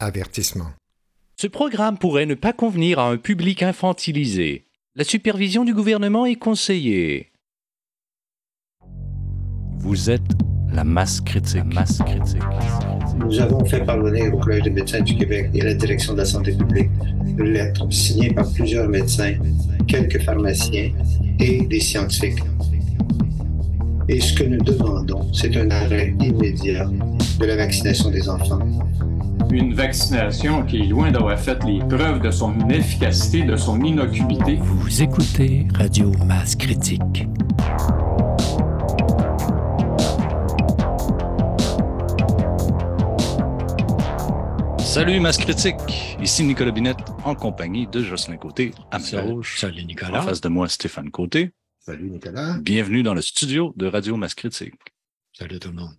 Avertissement. Ce programme pourrait ne pas convenir à un public infantilisé. La supervision du gouvernement est conseillée. Vous êtes la masse critique. Nous avons fait parvenir au Collège des médecins du Québec et à la Direction de la santé publique une lettre signée par plusieurs médecins, quelques pharmaciens et des scientifiques. Et ce que nous demandons, c'est un arrêt immédiat de la vaccination des enfants. Une vaccination qui est loin d'avoir fait les preuves de son efficacité, de son inocuité. Vous écoutez Radio Masse Critique. Salut Masse Critique, ici Nicolas Binette en compagnie de Jocelyn Côté à ma gauche. Salut Nicolas. En face de moi, Stéphane Côté. Salut Nicolas. Bienvenue dans le studio de Radio Masse Critique. Salut tout le monde.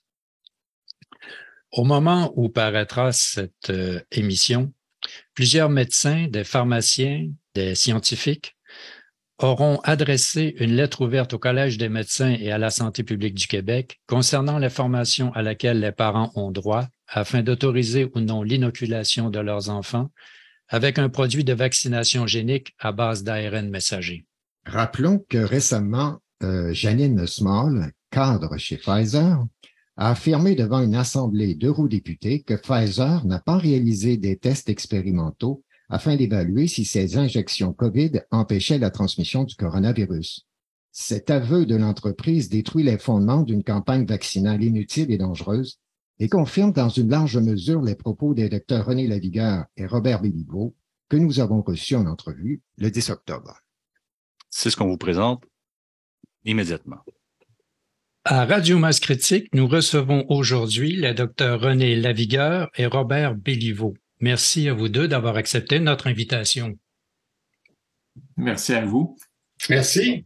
Au moment où paraîtra cette émission, plusieurs médecins, des pharmaciens, des scientifiques auront adressé une lettre ouverte au Collège des médecins et à la santé publique du Québec concernant l'information à laquelle les parents ont droit afin d'autoriser ou non l'inoculation de leurs enfants avec un produit de vaccination génique à base d'ARN messager. Rappelons que récemment, Janine Small, cadre chez Pfizer, a affirmé devant une assemblée d'eurodéputés que Pfizer n'a pas réalisé des tests expérimentaux afin d'évaluer si ces injections COVID empêchaient la transmission du coronavirus. Cet aveu de l'entreprise détruit les fondements d'une campagne vaccinale inutile et dangereuse et confirme dans une large mesure les propos des docteurs René Lavigueur et Robert Béliveau que nous avons reçus en entrevue le 10 octobre. C'est ce qu'on vous présente immédiatement. À Radio Masse Critique, nous recevons aujourd'hui les docteurs René Lavigueur et Robert Béliveau. Merci à vous deux d'avoir accepté notre invitation. Merci à vous. Merci.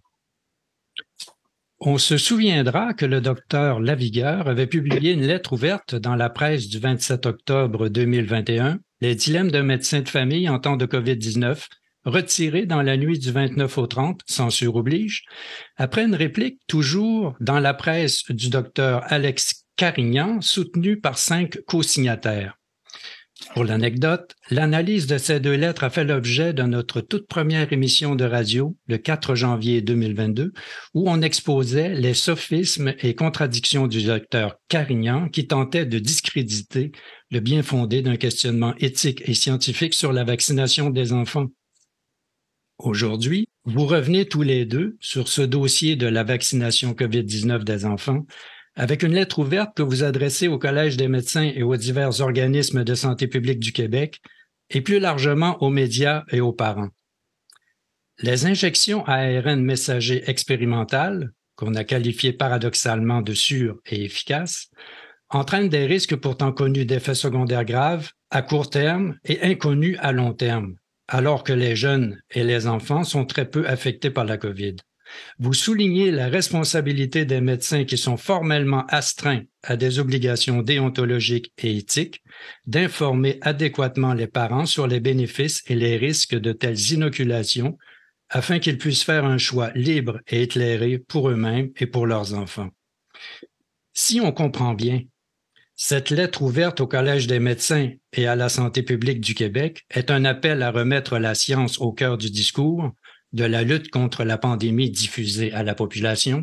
On se souviendra que le docteur Lavigueur avait publié une lettre ouverte dans la presse du 27 octobre 2021, Les dilemmes d'un médecin de famille en temps de COVID-19, retirée dans la nuit du 29 au 30, censure oblige, après une réplique toujours dans la presse du docteur Alex Carignan, soutenue par 5 co-signataires. Pour l'anecdote, l'analyse de ces 2 lettres a fait l'objet de notre toute première émission de radio, le 4 janvier 2022, où on exposait les sophismes et contradictions du docteur Carignan qui tentait de discréditer le bien-fondé d'un questionnement éthique et scientifique sur la vaccination des enfants. Aujourd'hui, vous revenez tous les deux sur ce dossier de la vaccination COVID-19 des enfants avec une lettre ouverte que vous adressez au Collège des médecins et aux divers organismes de santé publique du Québec et plus largement aux médias et aux parents. Les injections ARN messager expérimentales, qu'on a qualifiées paradoxalement de sûres et efficaces, entraînent des risques pourtant connus d'effets secondaires graves à court terme et inconnus à long terme, alors que les jeunes et les enfants sont très peu affectés par la COVID. Vous soulignez la responsabilité des médecins qui sont formellement astreints à des obligations déontologiques et éthiques d'informer adéquatement les parents sur les bénéfices et les risques de telles inoculations afin qu'ils puissent faire un choix libre et éclairé pour eux-mêmes et pour leurs enfants. Si on comprend bien, cette lettre ouverte au Collège des médecins et à la santé publique du Québec est un appel à remettre la science au cœur du discours de la lutte contre la pandémie diffusée à la population?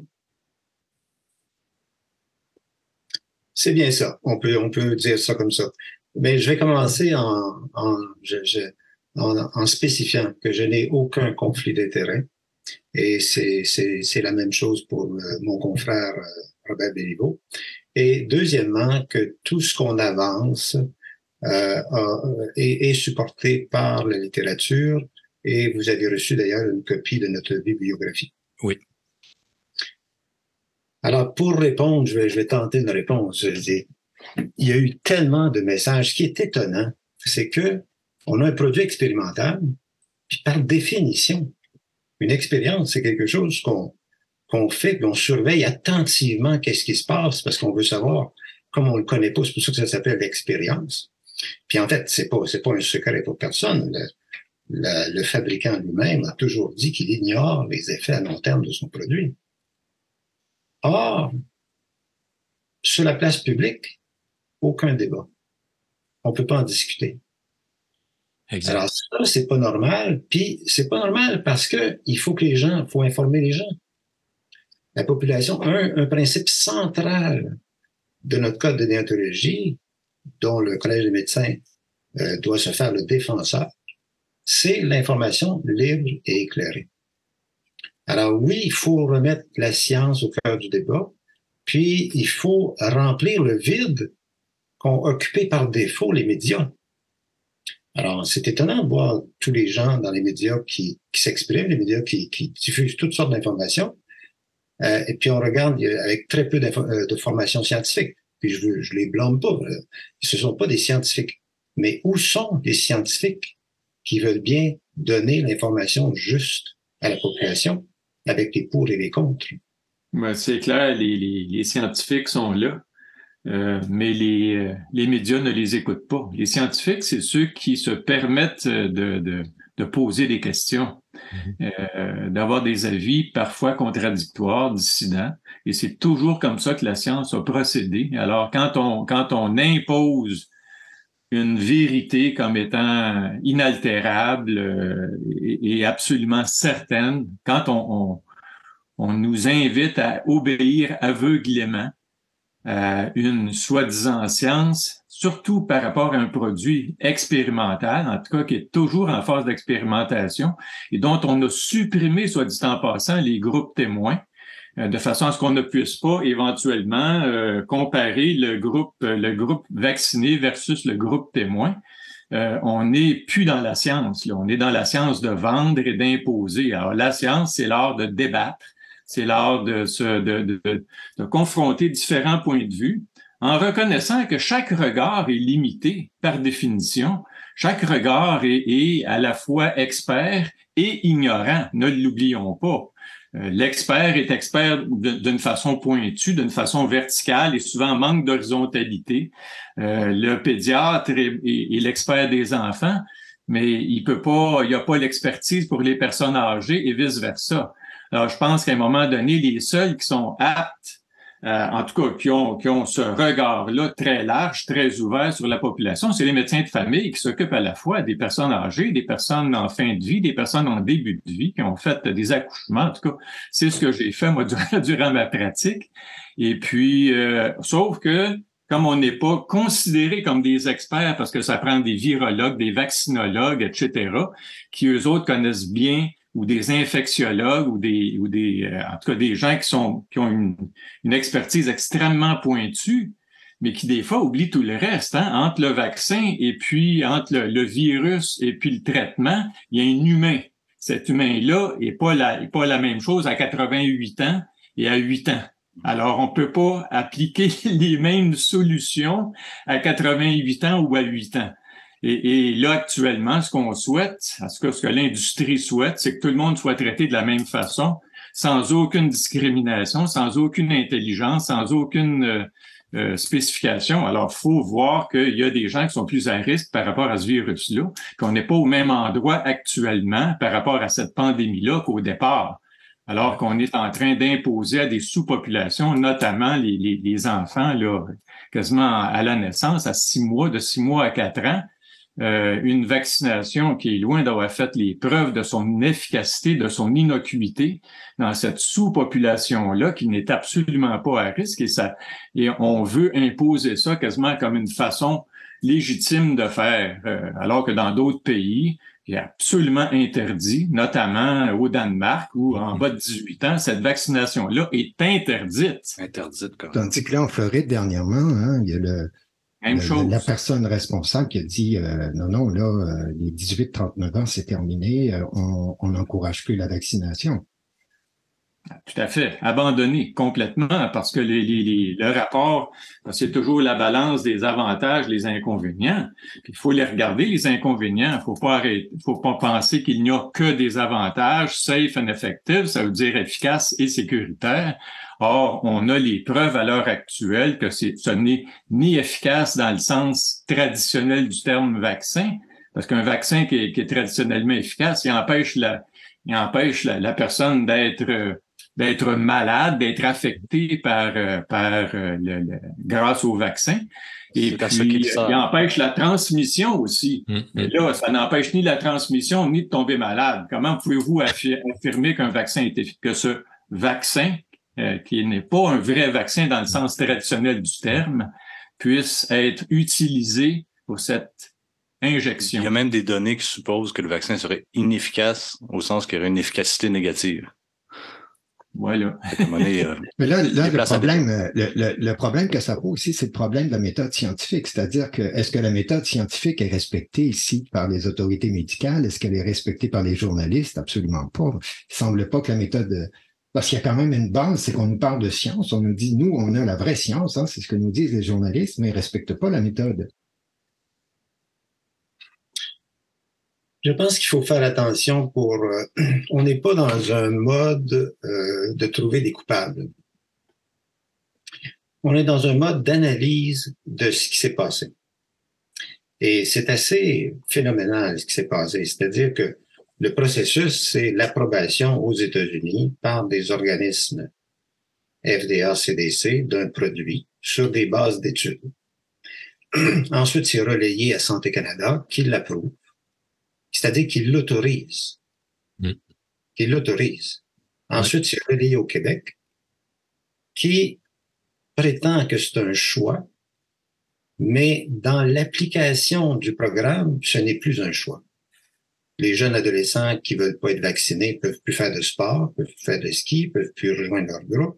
C'est bien ça. On peut dire ça comme ça. Mais je vais commencer en spécifiant que je n'ai aucun conflit d'intérêt. Et c'est la même chose pour mon confrère Robert Béliveau. Et deuxièmement, que tout ce qu'on avance est supporté par la littérature. Et vous avez reçu d'ailleurs une copie de notre bibliographie. Oui. Alors, pour répondre, je vais tenter une réponse. Il y a eu tellement de messages. Ce qui est étonnant, c'est que on a un produit expérimental, puis par définition, une expérience, c'est quelque chose qu'on fait, qu'on surveille attentivement qu'est-ce qui se passe, parce qu'on veut savoir, comme on le connaît pas, c'est pour ça que ça s'appelle l'expérience. Puis en fait, c'est pas un secret pour personne. Le fabricant lui-même a toujours dit qu'il ignore les effets à long terme de son produit. Or, sur la place publique, aucun débat. on peut pas en discuter. Exact. Alors ça, c'est pas normal. Puis c'est pas normal parce que il faut informer les gens. La population, un principe central de notre code de déontologie, dont le Collège des médecins doit se faire le défenseur, c'est l'information libre et éclairée. Alors oui, il faut remettre la science au cœur du débat, puis il faut remplir le vide qu'ont occupé par défaut les médias. Alors, c'est étonnant de voir tous les gens dans les médias qui s'expriment, les médias qui diffusent toutes sortes d'informations, et puis on regarde avec très peu de formation scientifique. Puis je les blâme pas, ce sont pas des scientifiques. Mais où sont les scientifiques qui veulent bien donner l'information juste à la population avec les pour et les contre? Ben, c'est clair, les scientifiques sont là, mais les médias ne les écoutent pas. Les scientifiques, c'est ceux qui se permettent de poser des questions, d'avoir des avis parfois contradictoires, dissidents, et c'est toujours comme ça que la science a procédé. Alors, quand on impose une vérité comme étant inaltérable et absolument certaine, quand on nous invite à obéir aveuglément à une soi-disant science, surtout par rapport à un produit expérimental, en tout cas qui est toujours en phase d'expérimentation et dont on a supprimé, soit dit en passant, les groupes témoins, de façon à ce qu'on ne puisse pas éventuellement comparer le groupe vacciné versus le groupe témoin. On n'est plus dans la science, là. On est dans la science de vendre et d'imposer. Alors la science, c'est l'art de débattre, c'est l'art de confronter différents points de vue, en reconnaissant que chaque regard est limité par définition. Chaque regard est à la fois expert et ignorant, ne l'oublions pas. L'expert est expert d'une façon pointue, d'une façon verticale et souvent manque d'horizontalité. Le pédiatre est l'expert des enfants, mais il n'y a pas l'expertise pour les personnes âgées et vice-versa. Alors, je pense qu'à un moment donné, les seuls qui sont aptes, en tout cas, qui ont ce regard-là très large, très ouvert sur la population, c'est les médecins de famille qui s'occupent à la fois des personnes âgées, des personnes en fin de vie, des personnes en début de vie, qui ont fait des accouchements. En tout cas, c'est ce que j'ai fait, moi, durant ma pratique. Et puis, sauf que, comme on n'est pas considéré comme des experts, parce que ça prend des virologues, des vaccinologues, etc., qui, eux autres, connaissent bien ou des infectiologues ou en tout cas des gens qui ont une expertise extrêmement pointue, mais qui des fois oublient tout le reste, hein? Entre le vaccin et puis entre le virus et puis le traitement, il y a un humain. Cet humain-là est pas la même chose à 88 ans et à 8 ans. Alors, on peut pas appliquer les mêmes solutions à 88 ans ou à 8 ans. Et là, actuellement, ce qu'on souhaite, ce que l'industrie souhaite, c'est que tout le monde soit traité de la même façon, sans aucune discrimination, sans aucune intelligence, sans aucune spécification. Alors, faut voir qu'il y a des gens qui sont plus à risque par rapport à ce virus-là, qu'on n'est pas au même endroit actuellement par rapport à cette pandémie-là qu'au départ. Alors qu'on est en train d'imposer à des sous-populations, notamment les enfants, là, quasiment à la naissance, de 6 mois à 4 ans, une vaccination qui est loin d'avoir fait les preuves de son efficacité, de son innocuité dans cette sous-population-là qui n'est absolument pas à risque et on veut imposer ça quasiment comme une façon légitime de faire, alors que dans d'autres pays, il est absolument interdit, notamment au Danemark où en bas de 18 ans, cette vaccination-là est interdite. Interdite, quand même. Tandis que là, en Floride, dernièrement, hein, il y a la personne responsable qui a dit non, là, les 18-39 ans, c'est terminé, on n'encourage plus la vaccination. Tout à fait. Abandonné complètement parce que le rapport, c'est toujours la balance des avantages, les inconvénients. Puis il faut les regarder, les inconvénients. Faut pas penser qu'il n'y a que des avantages, safe and effective, ça veut dire efficace et sécuritaire. Or, on a les preuves à l'heure actuelle que ce n'est ni efficace dans le sens traditionnel du terme vaccin, parce qu'un vaccin qui est traditionnellement efficace, il empêche la personne d'être d'être malade, d'être affecté grâce au vaccin. Et puis, il empêche la transmission aussi. Mais là, ça n'empêche ni la transmission, ni de tomber malade. Comment pouvez-vous affirmer qu'un vaccin est efficace, que ce vaccin, qui n'est pas un vrai vaccin dans le sens traditionnel du terme, puisse être utilisé pour cette injection? Il y a même des données qui supposent que le vaccin serait inefficace au sens qu'il y aurait une efficacité négative. Voilà. Mais là le problème que ça pose aussi, c'est le problème de la méthode scientifique. C'est-à-dire que, est-ce que la méthode scientifique est respectée ici par les autorités médicales? Est-ce qu'elle est respectée par les journalistes? Absolument pas. Il semble pas que la méthode, parce qu'il y a quand même une base, c'est qu'on nous parle de science. On nous dit, nous, on a la vraie science, hein, c'est ce que nous disent les journalistes, mais ils respectent pas la méthode. Je pense qu'il faut faire attention on n'est pas dans un mode de trouver des coupables. On est dans un mode d'analyse de ce qui s'est passé. Et c'est assez phénoménal ce qui s'est passé. C'est-à-dire que le processus, c'est l'approbation aux États-Unis par des organismes FDA, CDC d'un produit sur des bases d'études. Ensuite, c'est relayé à Santé Canada qui l'approuve. C'est-à-dire qu'il l'autorise. Qu'il l'autorise. Ensuite, c'est relayé au Québec, qui prétend que c'est un choix, mais dans l'application du programme, ce n'est plus un choix. Les jeunes adolescents qui veulent pas être vaccinés peuvent plus faire de sport, peuvent plus faire de ski, peuvent plus rejoindre leur groupe.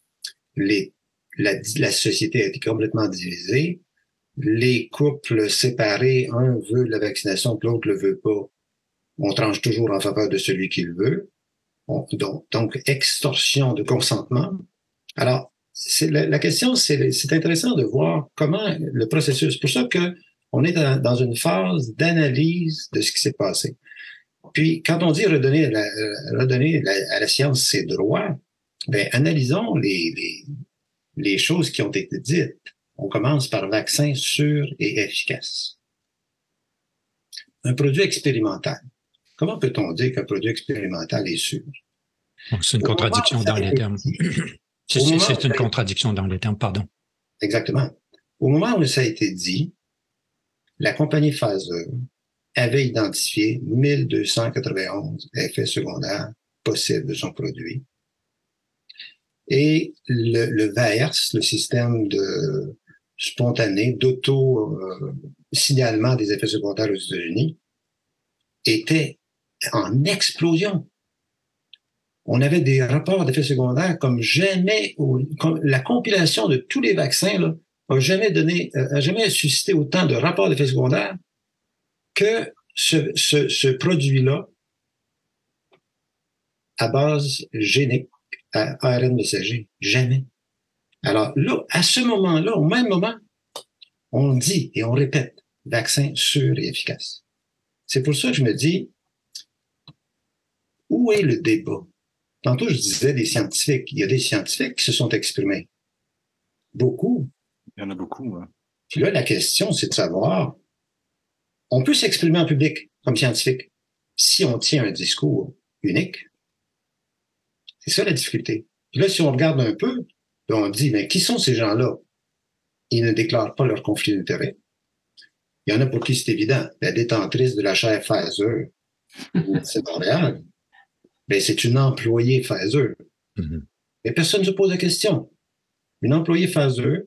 La société a été complètement divisée. Les couples séparés, un veut la vaccination, l'autre le veut pas. On tranche toujours en faveur de celui qui le veut. Donc, extorsion de consentement. Alors, la question, c'est intéressant de voir comment le processus. C'est pour ça que on est dans une phase d'analyse de ce qui s'est passé. Puis, quand on dit redonner à la science ses droits, ben, analysons les choses qui ont été dites. On commence par vaccin sûr et efficace. Un produit expérimental. Comment peut-on dire qu'un produit expérimental est sûr? C'est une contradiction dans les termes. C'est une contradiction dans les termes, pardon. Exactement. Au moment où ça a été dit, la compagnie Pfizer avait identifié 1291 effets secondaires possibles de son produit. Et le VAERS, le système de spontané d'auto-signalement des effets secondaires aux États-Unis, était en explosion. On avait des rapports d'effets secondaires comme jamais, comme la compilation de tous les vaccins là, a jamais suscité autant de rapports d'effets secondaires que ce produit-là à base génique, à ARN messager. Jamais. Alors là, à ce moment-là, au même moment, on dit et on répète, vaccin sûr et efficace. C'est pour ça que je me dis, où est le débat? Tantôt, je disais des scientifiques. Il y a des scientifiques qui se sont exprimés. Beaucoup. Il y en a beaucoup. Hein. Puis là, la question, c'est de savoir, on peut s'exprimer en public comme scientifique si on tient un discours unique. C'est ça la difficulté. Puis là, si on regarde un peu, on dit, mais qui sont ces gens-là? Ils ne déclarent pas leur conflit d'intérêt. Il y en a pour qui c'est évident. La détentrice de la chaire Pfizer, c'est Montréal. Ben, c'est une employée Pfizer. Mais personne ne se pose la question. Une employée Pfizer,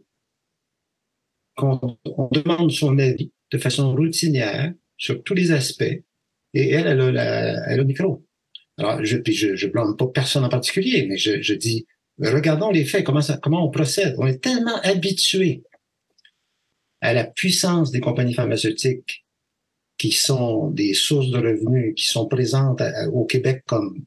on demande son avis de façon routinière sur tous les aspects, et elle a le micro. Alors, je blâme pas personne en particulier, mais je dis, regardons les faits, comment on procède. On est tellement habitué à la puissance des compagnies pharmaceutiques qui sont des sources de revenus, qui sont présentes au Québec comme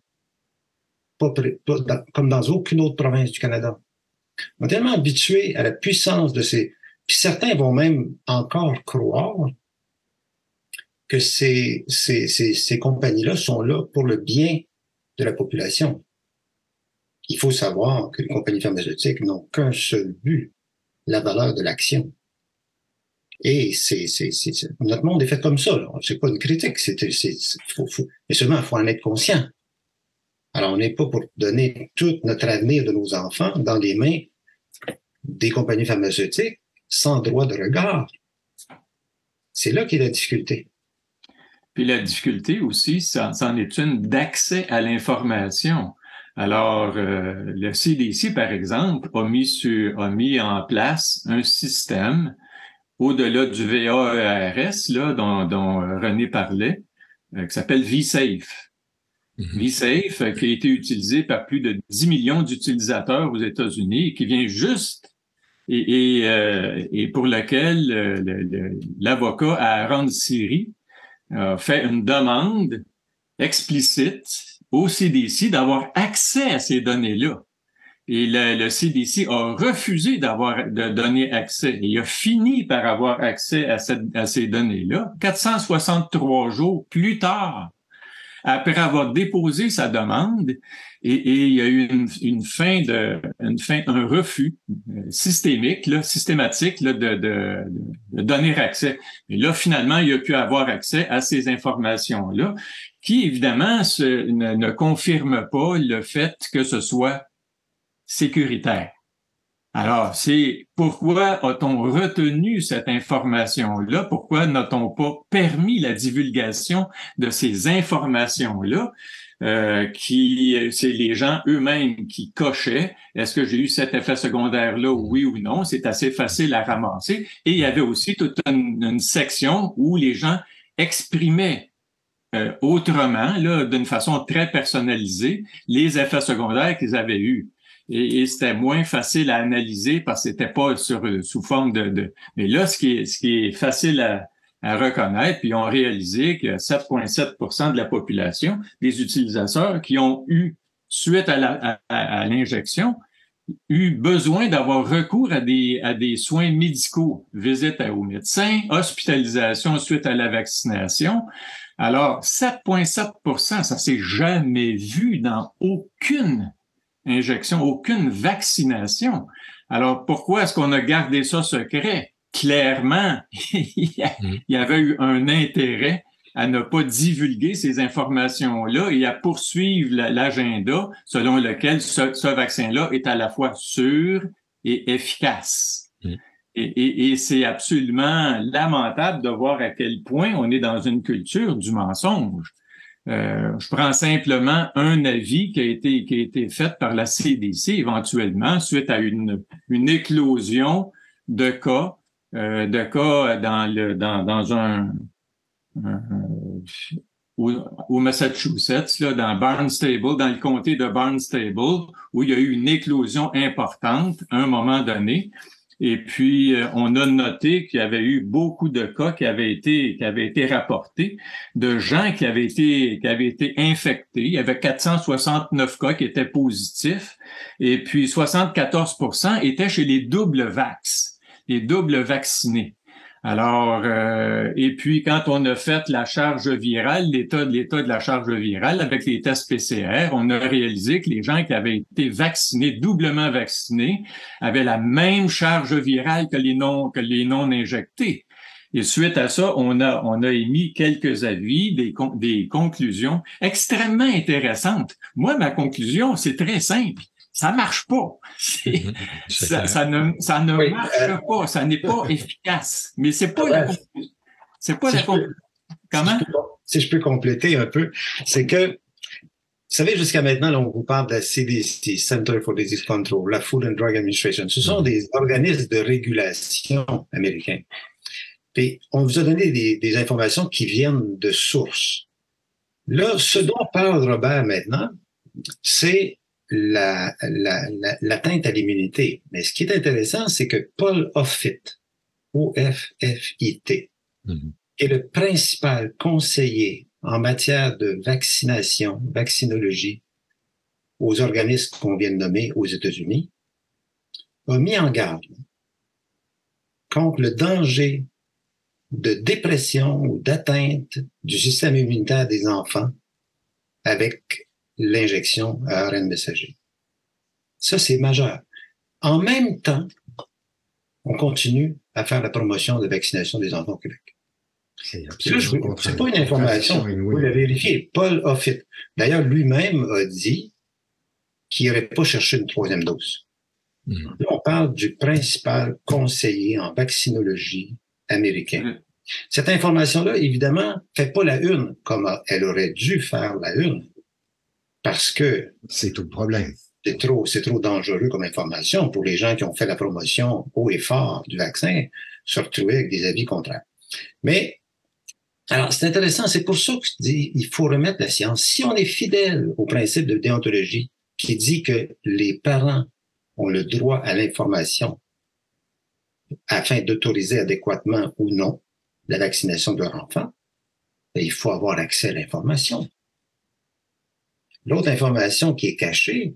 dans aucune autre province du Canada. On est tellement habitué à la puissance de ces... Puis certains vont même encore croire que ces compagnies-là sont là pour le bien de la population. Il faut savoir que les compagnies pharmaceutiques n'ont qu'un seul but, la valeur de l'action. Et notre monde est fait comme ça. C'est pas une critique. Mais seulement, il faut en être conscient. Alors, on n'est pas pour donner tout notre avenir de nos enfants dans les mains des compagnies pharmaceutiques sans droit de regard. C'est là qu'est la difficulté. Puis la difficulté aussi, c'en est une d'accès à l'information. Alors, le CDC, par exemple, a mis en place un système au-delà du VAERS, là, dont René parlait, qui s'appelle vSafe. vSafe, qui a été utilisé par plus de 10 millions d'utilisateurs aux États-Unis et qui vient juste et pour lequel l'avocat Aaron Siri a fait une demande explicite au CDC d'avoir accès à ces données-là. Et le CDC a refusé de donner accès. Et il a fini par avoir accès à ces données-là 463 jours plus tard, après avoir déposé sa demande. Et il y a eu un refus systématique là, de donner accès. Et là, finalement, il a pu avoir accès à ces informations-là, qui évidemment ne confirment pas le fait que ce soit sécuritaire. Alors, c'est pourquoi a-t-on retenu cette information-là? Pourquoi n'a-t-on pas permis la divulgation de ces informations-là? C'est les gens eux-mêmes qui cochaient. Est-ce que j'ai eu cet effet secondaire-là, oui ou non? C'est assez facile à ramasser. Et il y avait aussi toute une section où les gens exprimaient autrement, là, d'une façon très personnalisée, les effets secondaires qu'ils avaient eus. Et c'était moins facile à analyser parce que c'était pas sous forme Mais là, ce qui est facile à reconnaître, puis ils ont réalisé que 7,7% de la population, des utilisateurs qui ont eu, suite à l'injection, eu besoin d'avoir recours à des soins médicaux, visite au médecin, hospitalisation suite à la vaccination. Alors, 7,7%, ça s'est jamais vu dans aucune injection, aucune vaccination. Alors, pourquoi est-ce qu'on a gardé ça secret? Clairement, il y avait eu un intérêt à ne pas divulguer ces informations-là et à poursuivre l'agenda selon lequel ce vaccin-là est à la fois sûr et efficace. Et c'est absolument lamentable de voir à quel point on est dans une culture du mensonge. Je prends simplement un avis qui a été fait par la CDC éventuellement suite à une éclosion de cas au Massachusetts, là, dans Barnstable, dans le comté de Barnstable, où il y a eu une éclosion importante à un moment donné. Et puis, on a noté qu'il y avait eu beaucoup de cas qui avaient été rapportés de gens qui avaient été infectés. Il y avait 469 cas qui étaient positifs. Et puis, 74% étaient chez les doubles vaccinés. Alors, et puis quand on a fait la charge virale, l'état de la charge virale avec les tests PCR, on a réalisé que les gens qui avaient été vaccinés, doublement vaccinés, avaient la même charge virale que les non injectés. Et suite à ça, on a émis quelques avis, des conclusions extrêmement intéressantes. Moi, ma conclusion, c'est très simple. Ça marche pas. Ça ne marche pas. Ça n'est pas efficace. Mais c'est pas la conclusion. C'est pas la conclusion. Comment? Si je peux compléter un peu, c'est que, vous savez, jusqu'à maintenant, là, on vous parle de la CDC, Center for Disease Control, la Food and Drug Administration. Ce sont des organismes de régulation américains. Et on vous a donné des informations qui viennent de sources. Là, ce dont parle Robert maintenant, c'est l'atteinte à l'immunité. Mais ce qui est intéressant, c'est que Paul Offit, O-F-F-I-T, est le principal conseiller en matière de vaccinologie aux organismes qu'on vient de nommer aux États-Unis, a mis en garde contre le danger de dépression ou d'atteinte du système immunitaire des enfants avec l'injection à ARN messager. Ça, c'est majeur. En même temps, on continue à faire la promotion de la vaccination des enfants au Québec. C'est Puis là, c'est pas une information. Vous la vérifiez. Paul Offit, d'ailleurs, lui-même a dit qu'il n'irait pas chercher une troisième dose. Là, on parle du principal conseiller en vaccinologie américain. Cette information-là, évidemment, fait pas la une comme elle aurait dû faire la une. Parce que c'est tout le problème. C'est trop dangereux comme information pour les gens qui ont fait la promotion haut et fort du vaccin, se retrouver avec des avis contraires. Mais, alors, c'est intéressant, c'est pour ça que je dis, il faut remettre la science. Si on est fidèle au principe de déontologie qui dit que les parents ont le droit à l'information afin d'autoriser adéquatement ou non la vaccination de leur enfant, il faut avoir accès à l'information. L'autre information qui est cachée,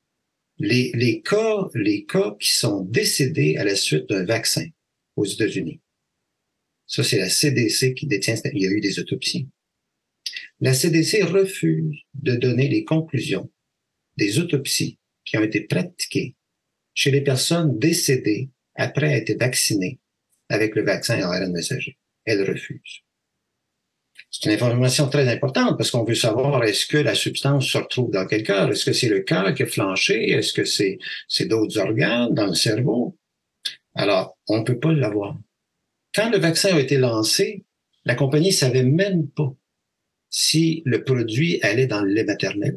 les cas qui sont décédés à la suite d'un vaccin aux États-Unis. Ça, c'est la CDC qui détient, il y a eu des autopsies. La CDC refuse de donner les conclusions des autopsies qui ont été pratiquées chez les personnes décédées après avoir été vaccinées avec le vaccin ARN messager. Elle refuse. C'est une information très importante parce qu'on veut savoir est-ce que la substance se retrouve dans quel cœur? Est-ce que c'est le cœur qui a flanché? Est-ce que c'est d'autres organes dans le cerveau? Alors, on ne peut pas l'avoir. Quand le vaccin a été lancé, la compagnie savait même pas si le produit allait dans le lait maternel,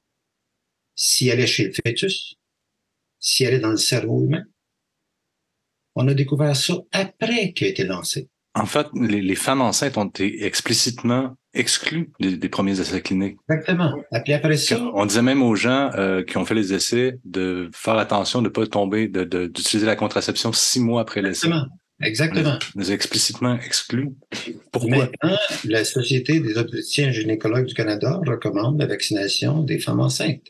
s'il allait chez le fœtus, s'il allait dans le cerveau humain. On a découvert ça après qu'il a été lancé. En fait, les femmes enceintes ont été explicitement exclues des premiers essais cliniques. Exactement. Et puis après ça... On disait même aux gens qui ont fait les essais de faire attention de ne pas tomber, d'utiliser la contraception 6 mois après l'essai. Exactement. On les a explicitement exclus. Pourquoi? Maintenant, la Société des obstétriciens gynécologues du Canada recommande la vaccination des femmes enceintes.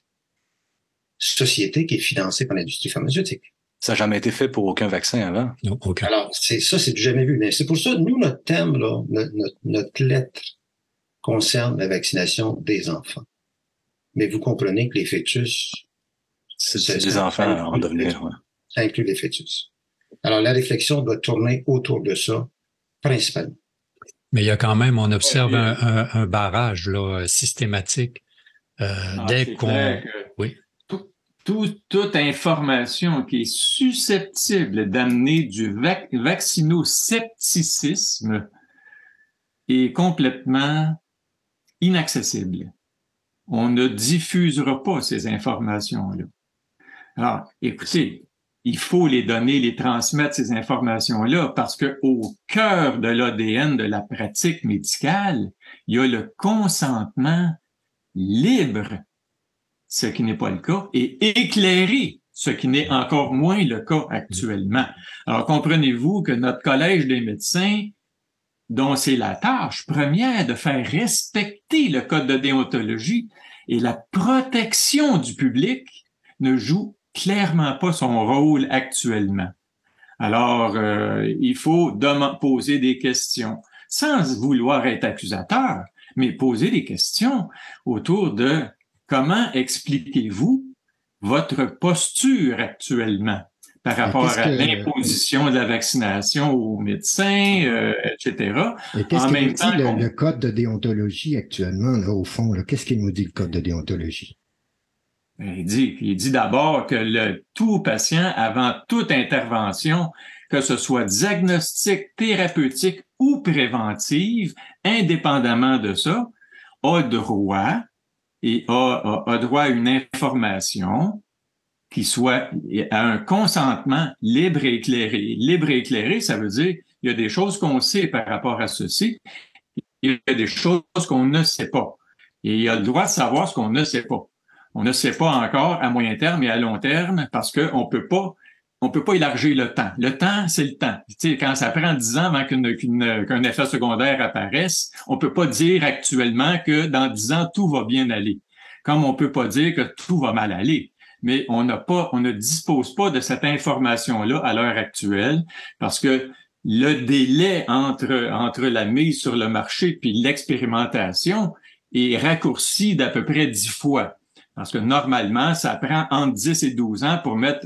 Société qui est financée par l'industrie pharmaceutique. Ça n'a jamais été fait pour aucun vaccin avant. Non, aucun. Alors, c'est du jamais vu. Mais c'est pour ça, nous, notre thème, là, notre lettre concerne la vaccination des enfants. Mais vous comprenez que les fœtus... C'est des enfants en devenir. Ouais. Ça inclut les fœtus. Alors, la réflexion doit tourner autour de ça, principalement. Mais il y a quand même, on observe un barrage là, systématique dès qu'on... Oui. Toute information qui est susceptible d'amener du vaccinoscepticisme est complètement inaccessible. On ne diffusera pas ces informations-là. Alors, écoutez, il faut les donner, les transmettre, ces informations-là, parce que au cœur de l'ADN de la pratique médicale, il y a le consentement libre, ce qui n'est pas le cas, et éclairé, ce qui n'est encore moins le cas actuellement. Alors, comprenez-vous que notre Collège des médecins, dont c'est la tâche première de faire respecter le code de déontologie et la protection du public, ne joue clairement pas son rôle actuellement. Alors, il faut poser des questions, sans vouloir être accusateur, mais poser des questions autour de comment expliquez-vous votre posture actuellement par rapport à l'imposition de la vaccination aux médecins, etc. Et qu'est-ce qu'il nous dit le code de déontologie actuellement, là, au fond? Qu'est-ce qu'il nous dit, le code de déontologie? Il dit d'abord que tout patient, avant toute intervention, que ce soit diagnostique, thérapeutique ou préventive, indépendamment de ça, a droit à une information qui soit à un consentement libre et éclairé. Libre et éclairé, ça veut dire il y a des choses qu'on sait par rapport à ceci, il y a des choses qu'on ne sait pas. Et il y a le droit de savoir ce qu'on ne sait pas. On ne sait pas encore à moyen terme et à long terme parce qu'on peut pas élargir le temps. Le temps, c'est le temps. Tu sais, quand ça prend 10 ans avant qu'un effet secondaire apparaisse, on peut pas dire actuellement que dans 10 ans, tout va bien aller. Comme on peut pas dire que tout va mal aller. Mais on ne dispose pas de cette information-là à l'heure actuelle parce que le délai entre la mise sur le marché puis l'expérimentation est raccourci d'à peu près 10 fois. Parce que normalement, ça prend entre 10 et 12 ans pour mettre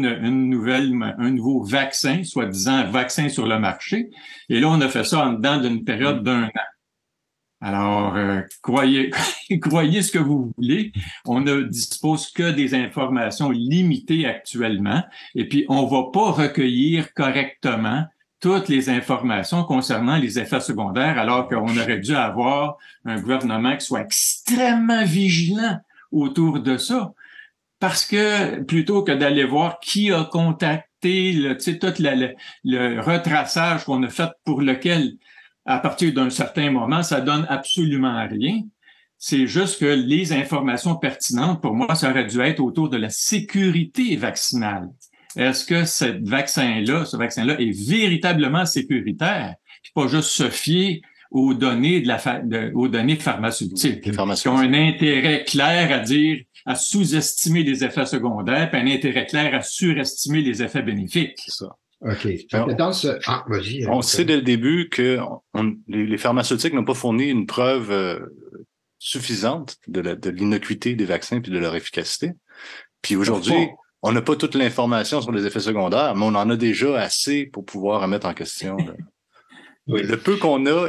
un nouveau vaccin, soi-disant vaccin sur le marché. Et là, on a fait ça en dedans d'une période d'1 an. Alors, croyez ce que vous voulez. On ne dispose que des informations limitées actuellement. Et puis, on va pas recueillir correctement toutes les informations concernant les effets secondaires, alors qu'on aurait dû avoir un gouvernement qui soit extrêmement vigilant autour de ça. Parce que plutôt que d'aller voir qui a contacté, tout le retraçage qu'on a fait pour lequel, à partir d'un certain moment, ça donne absolument rien. C'est juste que les informations pertinentes, pour moi, ça aurait dû être autour de la sécurité vaccinale. Est-ce que ce vaccin-là est véritablement sécuritaire, puis pas juste se fier aux données aux données pharmaceutiques, qui ont un intérêt clair à sous-estimer les effets secondaires, puis un intérêt clair à surestimer les effets bénéfiques. C'est ça. OK. Vas-y. On sait dès le début que les pharmaceutiques n'ont pas fourni une preuve suffisante de l'innocuité des vaccins puis de leur efficacité. Puis aujourd'hui, on n'a pas toute l'information sur les effets secondaires, mais on en a déjà assez pour pouvoir remettre en question. Oui. Le peu qu'on a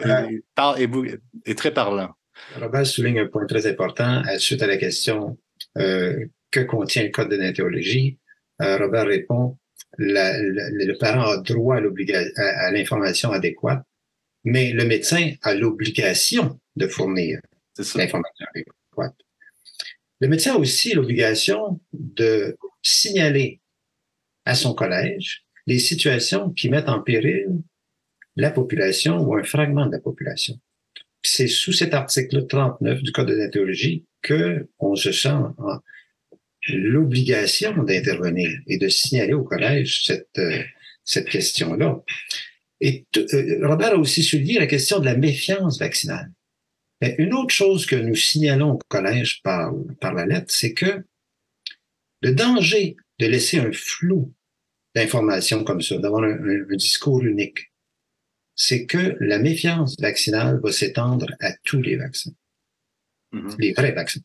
est très parlant. Robert souligne un point très important suite à la question que contient le code de déontologie. Robert répond le parent a droit à l'information adéquate, mais le médecin a l'obligation de fournir l'information adéquate. Le médecin a aussi l'obligation de signaler à son collège les situations qui mettent en péril la population ou un fragment de la population. C'est sous cet article 39 du Code de déontologie qu'on se sent l'obligation d'intervenir et de signaler au collège cette question-là. Et Robert a aussi souligné la question de la méfiance vaccinale. Mais une autre chose que nous signalons au collège par la lettre, c'est que le danger de laisser un flou d'informations comme ça, d'avoir un discours unique, c'est que la méfiance vaccinale va s'étendre à tous les vaccins, les vrais vaccins.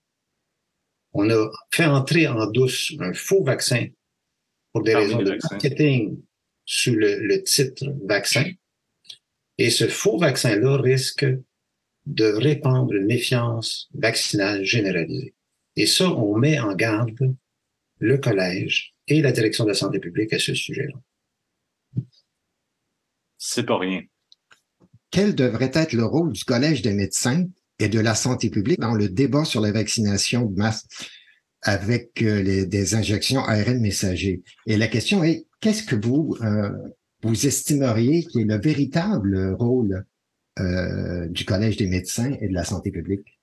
On a fait entrer en douce un faux vaccin pour des raisons de marketing sous le titre vaccin. Et ce faux vaccin-là risque de répandre une méfiance vaccinale généralisée. Et ça, on met en garde le collège et la direction de la santé publique à ce sujet-là. C'est pas rien. Quel devrait être le rôle du Collège des médecins et de la santé publique dans le débat sur la vaccination de masse avec des injections ARN messagers? Et la question est, qu'est-ce que vous estimeriez qui est le véritable rôle du Collège des médecins et de la santé publique?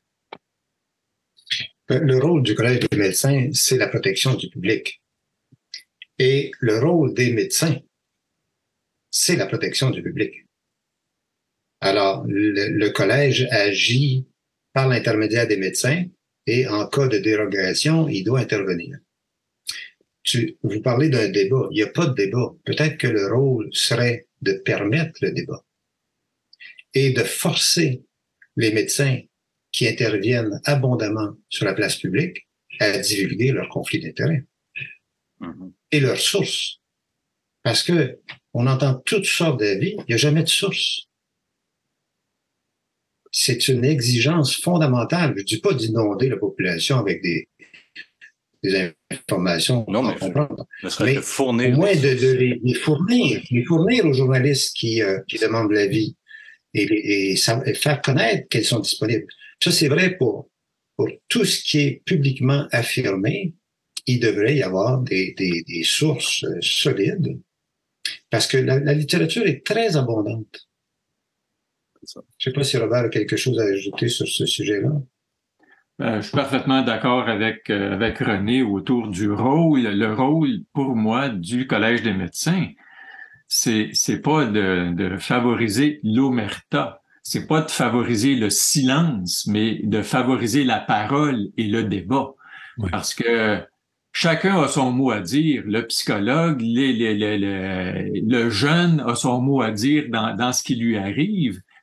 Le rôle du Collège des médecins, c'est la protection du public. Et le rôle des médecins, c'est la protection du public. Alors, le collège agit par l'intermédiaire des médecins et en cas de dérogation, il doit intervenir. Vous parlez d'un débat. Il n'y a pas de débat. Peut-être que le rôle serait de permettre le débat et de forcer les médecins qui interviennent abondamment sur la place publique à divulguer leurs conflits d'intérêts et leurs sources. Parce que on entend toutes sortes d'avis, il n'y a jamais de source. C'est une exigence fondamentale. Je ne dis pas d'inonder la population avec des informations non, mais comprendre. Mais fournir au moins de les fournir aux journalistes qui demandent l'avis et faire connaître qu'elles sont disponibles. Ça, c'est vrai pour tout ce qui est publiquement affirmé. Il devrait y avoir des sources solides parce que la littérature est très abondante. Je ne sais pas si Robert a quelque chose à ajouter sur ce sujet-là. Je suis parfaitement d'accord avec René autour du rôle. Le rôle, pour moi, du Collège des médecins, c'est pas de favoriser l'omerta. C'est pas de favoriser le silence, mais de favoriser la parole et le débat. Oui. Parce que chacun a son mot à dire. Le psychologue, le jeune a son mot à dire dans ce qui lui arrive.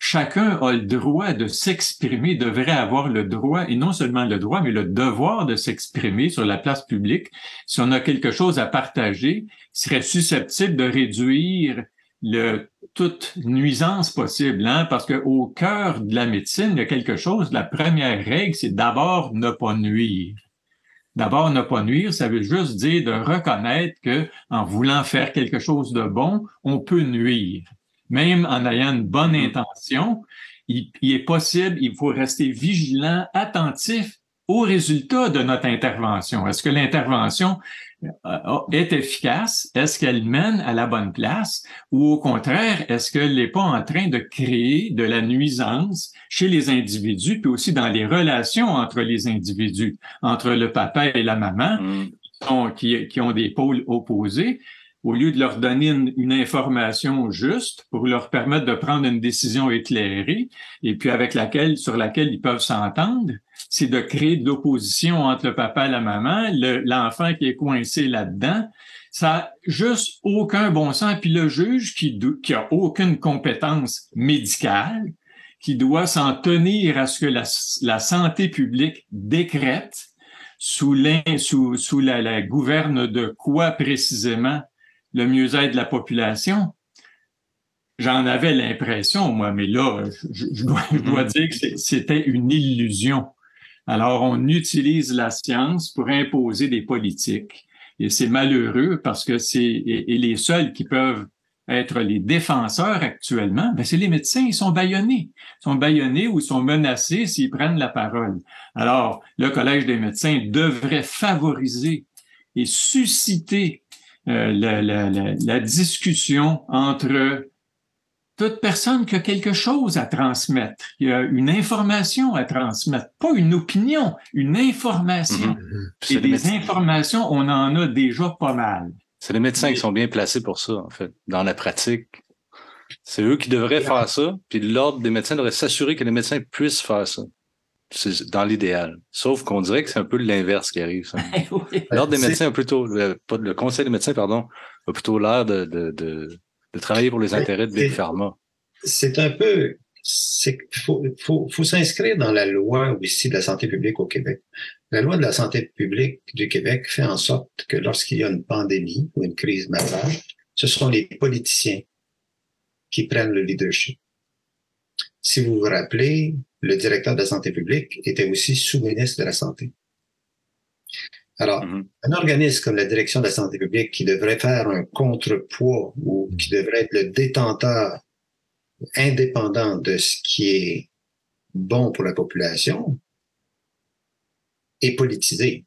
chacun a le droit de s'exprimer, devrait avoir le droit, et non seulement le droit, mais le devoir de s'exprimer sur la place publique. Si on a quelque chose à partager, qui serait susceptible de réduire toute nuisance possible, hein, parce qu'au cœur de la médecine, il y a quelque chose, la première règle, c'est d'abord ne pas nuire. D'abord, ne pas nuire, ça veut juste dire de reconnaître que, en voulant faire quelque chose de bon, on peut nuire. Même en ayant une bonne intention, il est possible, il faut rester vigilant, attentif aux résultats de notre intervention. Est-ce que l'intervention est efficace? Est-ce qu'elle mène à la bonne place? Ou au contraire, est-ce qu'elle n'est pas en train de créer de la nuisance chez les individus, puis aussi dans les relations entre les individus, entre le papa et la maman, qui ont des pôles opposés? Au lieu de leur donner une information juste pour leur permettre de prendre une décision éclairée et puis sur laquelle ils peuvent s'entendre, c'est de créer de l'opposition entre le papa et la maman, l'enfant qui est coincé là-dedans. Ça a juste aucun bon sens. Puis le juge qui a aucune compétence médicale, qui doit s'en tenir à ce que la santé publique décrète sous la gouverne de quoi précisément? Le mieux-être de la population. J'en avais l'impression, moi, mais là, je dois dire que c'était une illusion. Alors, on utilise la science pour imposer des politiques. Et c'est malheureux parce que et les seuls qui peuvent être les défenseurs actuellement, c'est les médecins, ils sont bâillonnés. Ils sont bâillonnés ou ils sont menacés s'ils prennent la parole. Alors, le Collège des médecins devrait favoriser et susciter la discussion entre toute personne qui a quelque chose à transmettre, qui a une information à transmettre, pas une opinion, une information. Et des informations, on en a déjà pas mal. C'est les médecins qui sont bien placés pour ça, en fait, dans la pratique. C'est eux qui devraient faire ça, puis l'ordre des médecins devrait s'assurer que les médecins puissent faire ça. C'est dans l'idéal. Sauf qu'on dirait que c'est un peu l'inverse qui arrive. Ça. Oui. L'ordre des médecins a plutôt, le conseil des médecins, pardon, a plutôt l'air de travailler pour les intérêts de Big Pharma. C'est un peu, faut s'inscrire dans la loi aussi de la santé publique au Québec. La loi de la santé publique du Québec fait en sorte que lorsqu'il y a une pandémie ou une crise majeure, ce sont les politiciens qui prennent le leadership. Si vous vous rappelez, le directeur de la santé publique était aussi sous-ministre de la Santé. Alors, un organisme comme la Direction de la santé publique qui devrait faire un contrepoids ou qui devrait être le détenteur indépendant de ce qui est bon pour la population est politisé.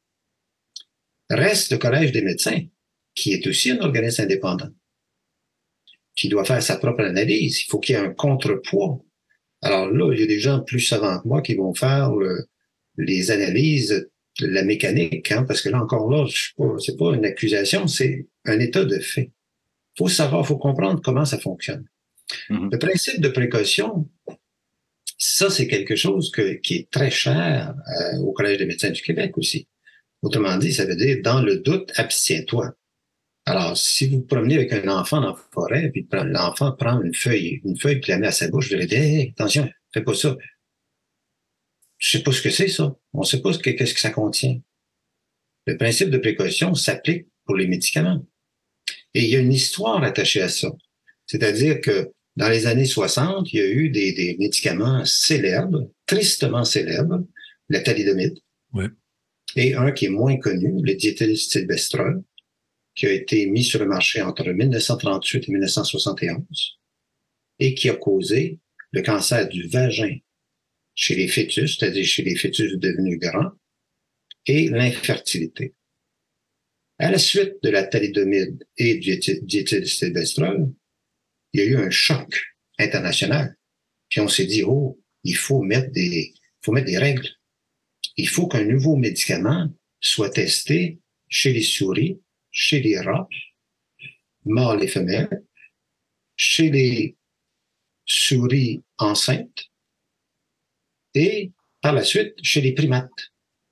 Reste le Collège des médecins, qui est aussi un organisme indépendant, qui doit faire sa propre analyse. Il faut qu'il y ait un contrepoids. Alors là, il y a des gens plus savants que moi qui vont faire les analyses de la mécanique, hein, parce que là encore là, c'est pas une accusation, c'est un état de fait. Faut savoir, faut comprendre comment ça fonctionne. Le principe de précaution, ça c'est quelque chose qui est très cher au Collège des médecins du Québec aussi. Autrement dit, ça veut dire dans le doute, abstiens-toi. Alors, si vous promenez avec un enfant dans la forêt, puis l'enfant prend une feuille, puis la met à sa bouche, vous lui dites, hey, attention, fais pas ça. Je sais pas ce que c'est, ça. On sait pas qu'est-ce que ça contient. Le principe de précaution s'applique pour les médicaments. Et il y a une histoire attachée à ça. C'est-à-dire que dans les années 60, il y a eu des médicaments célèbres, tristement célèbres, la thalidomide. Ouais. Et un qui est moins connu, le diéthylstilbestrol, qui a été mis sur le marché entre 1938 et 1971 et qui a causé le cancer du vagin chez les fœtus, c'est-à-dire chez les fœtus devenus grands, et l'infertilité. À la suite de la thalidomide et du diéthylstilbestrol, il y a eu un choc international. Puis on s'est dit, oh, il faut mettre des règles. Il faut qu'un nouveau médicament soit testé chez les souris, chez les rats, mâles et femelles, chez les souris enceintes et par la suite chez les primates,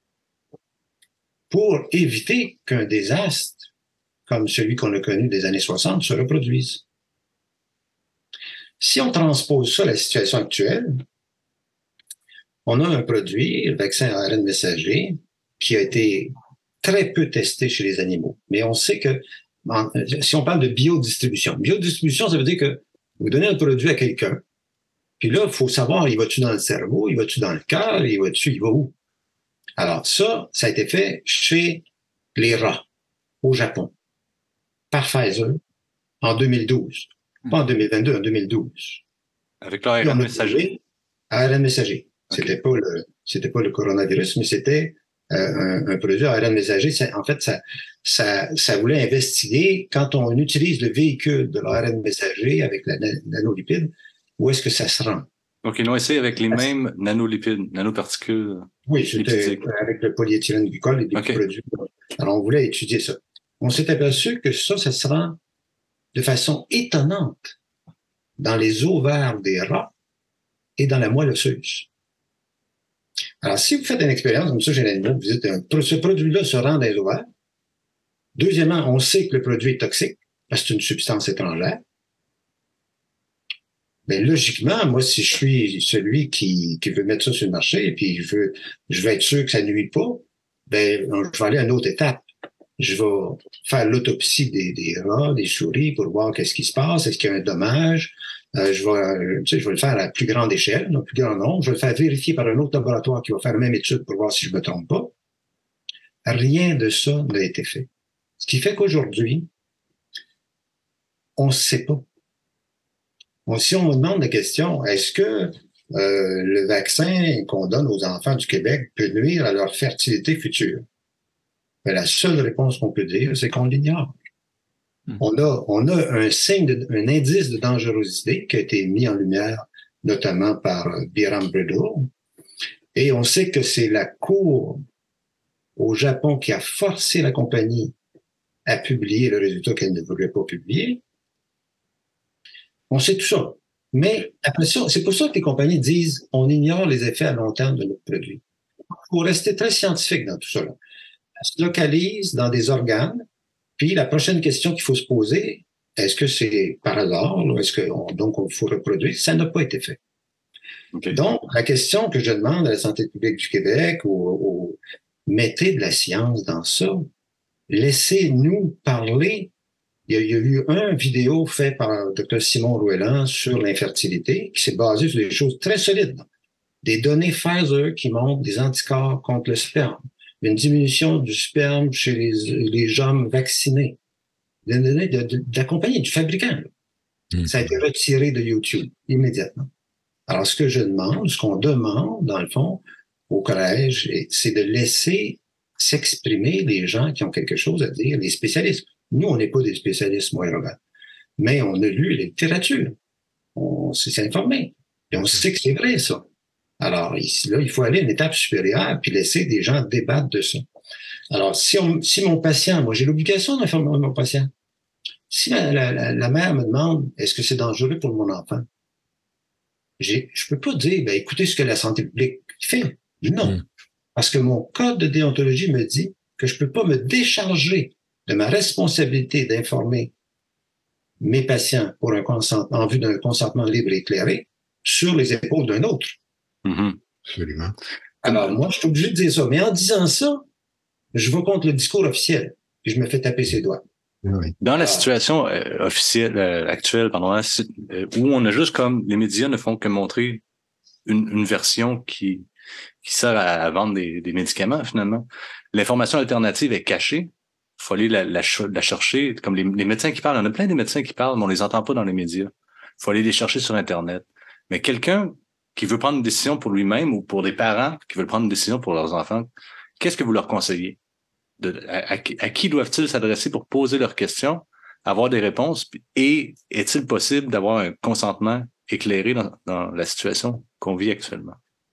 pour éviter qu'un désastre comme celui qu'on a connu des années 60 se reproduise. Si on transpose ça à la situation actuelle, on a un produit, le vaccin ARN messager, qui a été très peu testé chez les animaux. Mais on sait que, si on parle de biodistribution, ça veut dire que vous donnez un produit à quelqu'un, puis là, il faut savoir, il va-tu dans le cerveau, il va-tu dans le cœur, il va où? Alors ça a été fait chez les rats, au Japon, par Pfizer, en 2012. Pas en 2022, en 2012. Avec l'ARN messager? ARN messager. Okay. C'était pas le coronavirus, mais c'était un produit ARN messager. En fait, ça voulait investiguer, quand on utilise le véhicule de l'ARN messager avec la nanolipide, où est-ce que ça se rend? Donc, ils l'ont essayé avec les mêmes nanolipides, nanoparticules. Oui, c'était avec le polyéthylène glycol et des produits. Alors, on voulait étudier ça. On s'est aperçu que ça se rend de façon étonnante dans les ovaires des rats et dans la moelle osseuse. Alors, si vous faites une expérience comme ça chez l'animal, vous dites, ce produit-là se rend dans les ovaires. Deuxièmement, on sait que le produit est toxique parce que c'est une substance étrangère. Mais logiquement, moi, si je suis celui qui veut mettre ça sur le marché et puis je veux être sûr que ça ne nuit pas, ben, je vais aller à une autre étape. Je vais faire l'autopsie des rats, des souris pour voir qu'est-ce qui se passe, est-ce qu'il y a un dommage. Je vais le faire à plus grande échelle, à plus grand nombre. Je vais le faire vérifier par un autre laboratoire qui va faire la même étude pour voir si je me trompe pas. Rien de ça n'a été fait. Ce qui fait qu'aujourd'hui, on ne sait pas. Si on me demande la question, est-ce que le vaccin qu'on donne aux enfants du Québec peut nuire à leur fertilité future? Ben, la seule réponse qu'on peut dire, c'est qu'on l'ignore. On a un indice de dangerosité qui a été mis en lumière notamment par Biram Bredour. Et on sait que c'est la Cour au Japon qui a forcé la compagnie à publier le résultat qu'elle ne voulait pas publier. On sait tout ça. Mais après ça, c'est pour ça que les compagnies disent on ignore les effets à long terme de notre produit. Il faut rester très scientifique dans tout ça. Ça se localise dans des organes. Puis la prochaine question qu'il faut se poser, est-ce que c'est par hasard ou est-ce donc on faut reproduire? Ça n'a pas été fait. Okay. Donc, la question que je demande à la santé publique du Québec, mettez de la science dans ça. Laissez-nous parler. Il y a eu une vidéo faite par le Dr Simon Rouelan sur l'infertilité qui s'est basée sur des choses très solides. Des données Pfizer qui montrent des anticorps contre le sperme, une diminution du sperme chez les hommes vaccinés, des données de la compagnie, du fabricant. Ça a été retiré de YouTube immédiatement. Alors, ce qu'on demande, dans le fond, au collège, c'est de laisser s'exprimer les gens qui ont quelque chose à dire, les spécialistes. Nous, on n'est pas des spécialistes, moi et Robert, mais on a lu la littérature, on s'est informé, et on sait que c'est vrai, ça. Alors, là, il faut aller à une étape supérieure puis laisser des gens débattre de ça. Alors, si mon patient, moi, j'ai l'obligation d'informer mon patient. Si la mère me demande, est-ce que c'est dangereux pour mon enfant? Je peux pas dire, ben, écoutez ce que la santé publique fait. Non. Parce que mon code de déontologie me dit que je peux pas me décharger de ma responsabilité d'informer mes patients pour en vue d'un consentement libre et éclairé sur les épaules d'un autre. Absolument. Alors, moi, je suis obligé de dire ça. Mais en disant ça, je vais contre le discours officiel et je me fais taper ses doigts. Oui. Dans la situation officielle actuelle, où on a juste comme les médias ne font que montrer une version qui sert à vendre des médicaments, finalement. L'information alternative est cachée. Il faut aller la chercher. Comme les médecins qui parlent, on a plein de médecins qui parlent, mais on les entend pas dans les médias. Il faut aller les chercher sur Internet. Mais quelqu'un qui veut prendre une décision pour lui-même ou pour des parents qui veulent prendre une décision pour leurs enfants, qu'est-ce que vous leur conseillez? À qui doivent-ils s'adresser pour poser leurs questions, avoir des réponses? Et est-il possible d'avoir un consentement éclairé dans la situation qu'on vit actuellement?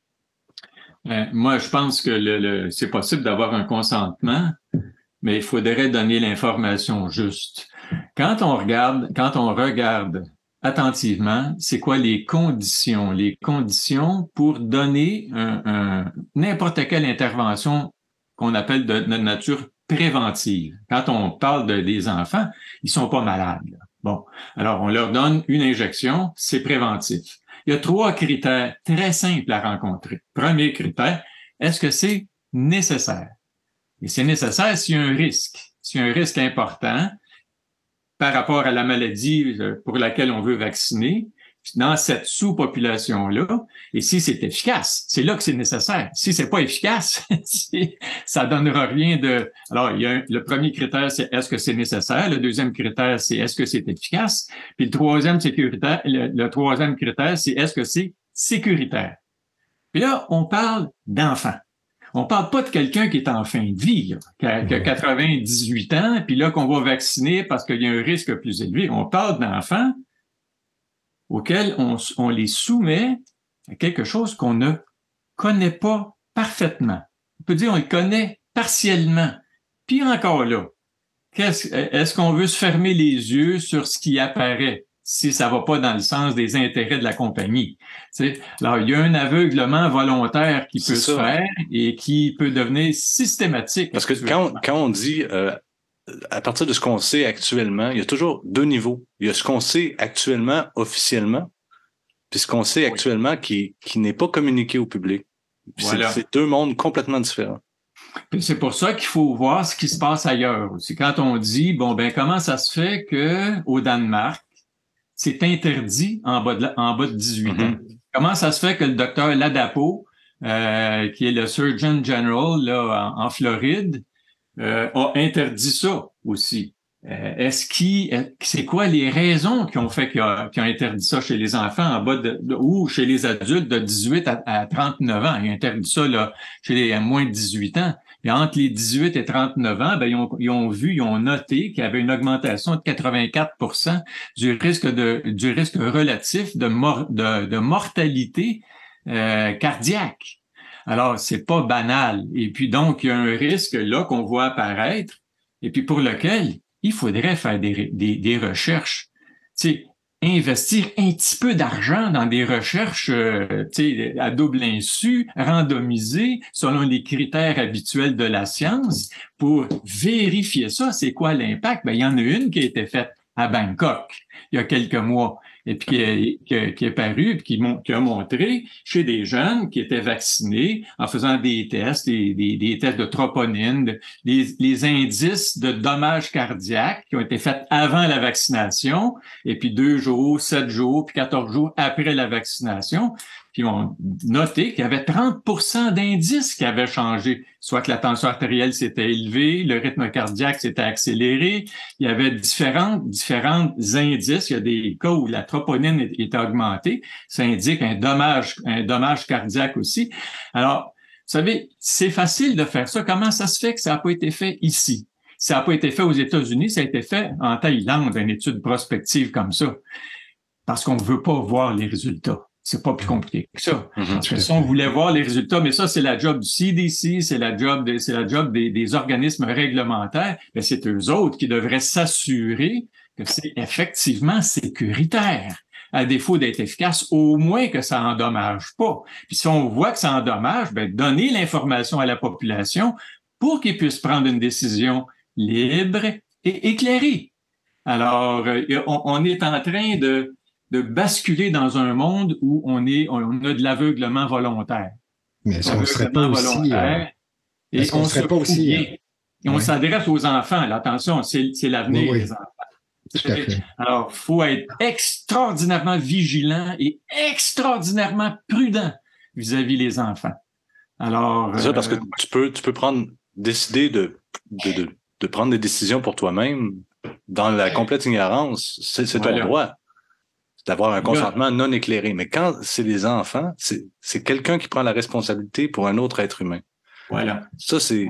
Moi, je pense que c'est possible d'avoir un consentement, mais il faudrait donner l'information juste. Quand on regarde attentivement, c'est quoi les conditions pour donner n'importe quelle intervention qu'on appelle de nature préventive. Quand on parle des enfants, ils sont pas malades. Bon, alors on leur donne une injection, c'est préventif. Il y a 3 critères très simples à rencontrer. Premier critère, est-ce que c'est nécessaire? Et c'est nécessaire s'il y a un risque. S'il y a un risque important par rapport à la maladie pour laquelle on veut vacciner, dans cette sous-population-là, et si c'est efficace, c'est là que c'est nécessaire. Si c'est pas efficace, ça donnera rien de... Alors, le premier critère, c'est est-ce que c'est nécessaire? Le deuxième critère, c'est est-ce que c'est efficace? Puis le troisième critère, c'est est-ce que c'est sécuritaire? Puis là, on parle d'enfants. On parle pas de quelqu'un qui est en fin de vie, là, qui a 98 ans, puis là qu'on va vacciner parce qu'il y a un risque plus élevé. On parle d'enfants auxquels on les soumet à quelque chose qu'on ne connaît pas parfaitement. On peut dire on le connaît partiellement. Puis encore là, est-ce qu'on veut se fermer les yeux sur ce qui apparaît si ça va pas dans le sens des intérêts de la compagnie? Tu sais, alors, il y a un aveuglement volontaire qui peut se faire et qui peut devenir systématique. Parce que quand on dit à partir de ce qu'on sait actuellement, il y a toujours 2 niveaux. Il y a ce qu'on sait actuellement officiellement, puis ce qu'on sait actuellement qui n'est pas communiqué au public. Voilà. C'est 2 mondes complètement différents. Puis c'est pour ça qu'il faut voir ce qui se passe ailleurs. C'est quand on dit, bon, ben, comment ça se fait que au Danemark, c'est interdit en bas de 18 ans? Comment ça se fait que le docteur Ladapo, qui est le Surgeon General là, en Floride, a interdit ça aussi? C'est quoi les raisons qui ont fait qu'ils ont interdit ça chez les enfants en bas ou chez les adultes de 18 à 39 ans? Ils ont interdit ça là, chez les moins de 18 ans. Et entre les 18 et 39 ans, ben, ils ont noté qu'il y avait une augmentation de 84% du risque relatif de mortalité cardiaque. Alors, c'est pas banal. Et puis donc, il y a un risque là qu'on voit apparaître, et puis pour lequel il faudrait faire des recherches. Tu sais, investir un petit peu d'argent dans des recherches à double insu, randomisées, selon les critères habituels de la science, pour vérifier ça. C'est quoi l'impact? Ben, il y en a une qui a été faite à Bangkok il y a quelques mois, et puis qui est paru, puis qui a montré chez des jeunes qui étaient vaccinés en faisant des tests, des tests de troponine, les indices de dommages cardiaques qui ont été faits avant la vaccination, et puis 2 jours, 7 jours, puis 14 jours après la vaccination. Puis ils ont noté qu'il y avait 30% d'indices qui avaient changé, soit que la tension artérielle s'était élevée, le rythme cardiaque s'était accéléré, il y avait différents indices, il y a des cas où la troponine est augmentée, ça indique un dommage cardiaque aussi. Alors, vous savez, c'est facile de faire ça. Comment ça se fait que ça n'a pas été fait ici? Ça n'a pas été fait aux États-Unis, ça a été fait en Thaïlande, une étude prospective comme ça, parce qu'on ne veut pas voir les résultats. C'est pas plus compliqué que ça. Parce que si on voulait voir les résultats, mais ça, c'est la job du CDC, c'est la job des organismes réglementaires, mais c'est eux autres qui devraient s'assurer que c'est effectivement sécuritaire. À défaut d'être efficace, au moins que ça endommage pas. Puis si on voit que ça endommage, ben, donner l'information à la population pour qu'ils puissent prendre une décision libre et éclairée. Alors, on est en train de basculer dans un monde où on a de l'aveuglement volontaire. Mais est-ce qu'on ne serait pas aussi... Est-ce qu'on ne serait pas aussi... Et on s'adresse aux enfants. Là, attention, c'est l'avenir des enfants. Tout à fait. Alors, il faut être extraordinairement vigilant et extraordinairement prudent vis-à-vis des enfants. Alors... C'est ça, parce que tu peux décider de prendre des décisions pour toi-même dans la complète ignorance. C'est ton droit d'avoir un consentement non éclairé. Mais quand c'est des enfants, c'est quelqu'un qui prend la responsabilité pour un autre être humain. Voilà. Ça, je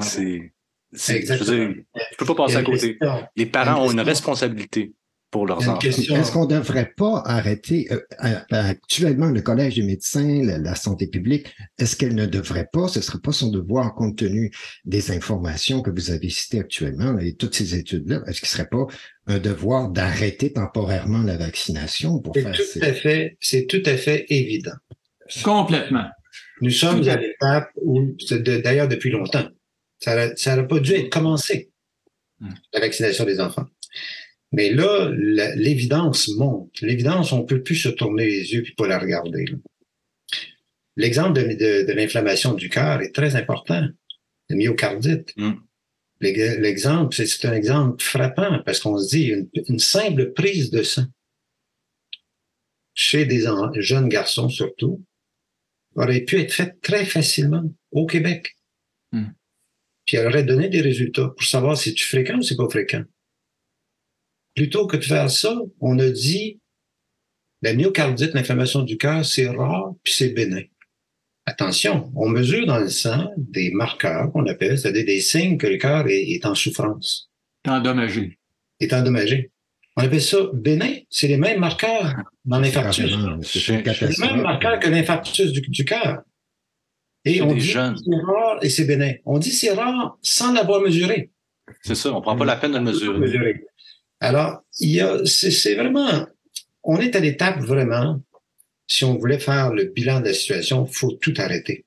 veux dire, tu peux pas passer à côté. Les parents ont une responsabilité pour leurs enfants. Est-ce qu'on ne devrait pas arrêter, actuellement, le Collège des médecins, la santé publique, est-ce qu'elle ne devrait pas, ce ne serait pas son devoir compte tenu des informations que vous avez citées actuellement et toutes ces études-là, est-ce qu'il ne serait pas un devoir d'arrêter temporairement la vaccination pour faire C'est tout à fait évident. Complètement. Nous sommes à l'étape où, d'ailleurs depuis longtemps, ça n'a pas dû être commencé, la vaccination des enfants. Mais là, l'évidence monte. L'évidence, on peut plus se tourner les yeux puis pas la regarder. Là. L'exemple de l'inflammation du cœur est très important. Le myocardite. L'exemple, c'est un exemple frappant parce qu'on se dit une simple prise de sang chez des jeunes garçons surtout aurait pu être faite très facilement au Québec. Puis elle aurait donné des résultats pour savoir si c'est fréquent ou c'est pas fréquent. Plutôt que de faire ça, on a dit la myocardite, l'inflammation du cœur, c'est rare puis c'est bénin. Attention, on mesure dans le sang des marqueurs qu'on appelle, c'est-à-dire des signes que le cœur est en souffrance. Endommagé. Est endommagé. On appelle ça bénin. C'est les mêmes marqueurs dans l'infarctus. C'est les mêmes marqueurs que l'infarctus du cœur. Et on dit c'est rare et c'est bénin. On dit c'est rare sans l'avoir mesuré. C'est ça, on prend pas la peine de le mesurer. Alors, c'est vraiment, on est à l'étape vraiment, si on voulait faire le bilan de la situation, il faut tout arrêter.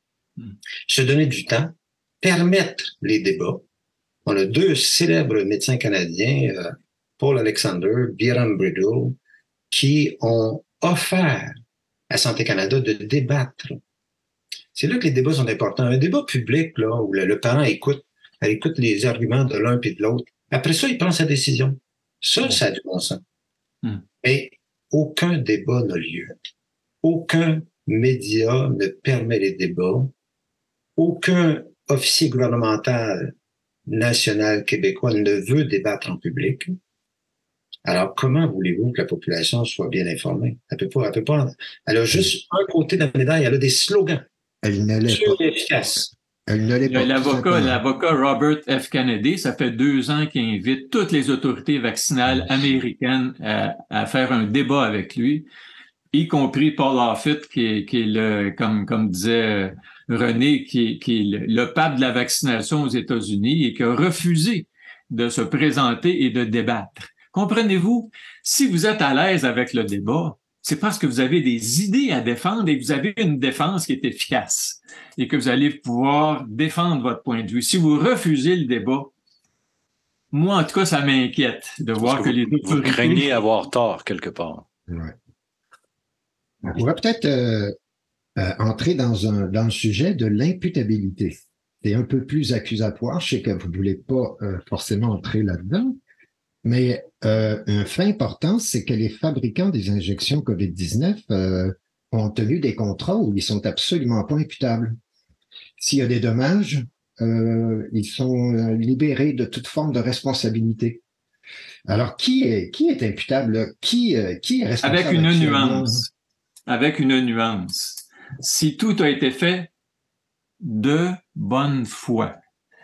Se donner du temps, permettre les débats. On a 2 célèbres médecins canadiens, Paul Alexander, Biram Bridle, qui ont offert à Santé Canada de débattre. C'est là que les débats sont importants. Un débat public, là, où le parent écoute les arguments de l'un puis de l'autre. Après ça, il prend sa décision. Ça a du bon sens. Mais aucun débat n'a lieu. Aucun média ne permet les débats. Aucun officier gouvernemental national québécois ne veut débattre en public. Alors, comment voulez-vous que la population soit bien informée? Elle a juste un côté de la médaille, elle a des slogans. Elle ne l'est pas. Efficace. Elle ne l'est pas. L'avocat Robert F. Kennedy, ça fait 2 ans qu'il invite toutes les autorités vaccinales américaines à faire un débat avec lui, y compris Paul Offit, qui est le, comme disait René, qui est le pape de la vaccination aux États-Unis et qui a refusé de se présenter et de débattre. Comprenez-vous, si vous êtes à l'aise avec le débat, c'est parce que vous avez des idées à défendre et que vous avez une défense qui est efficace et que vous allez pouvoir défendre votre point de vue. Si vous refusez le débat, moi, en tout cas, ça m'inquiète de voir que les autorités... Vous craignez avoir tort quelque part. Ouais. On pourrait peut-être entrer dans le sujet de l'imputabilité. C'est un peu plus accusatoire. Je sais que vous ne voulez pas forcément entrer là-dedans. Mais un fait important, c'est que les fabricants des injections COVID-19 ont tenu des contrats où ils sont absolument pas imputables. S'il y a des dommages, ils sont libérés de toute forme de responsabilité. Alors, qui est imputable là? Qui est responsable? Avec une nuance. Si tout a été fait de bonne foi.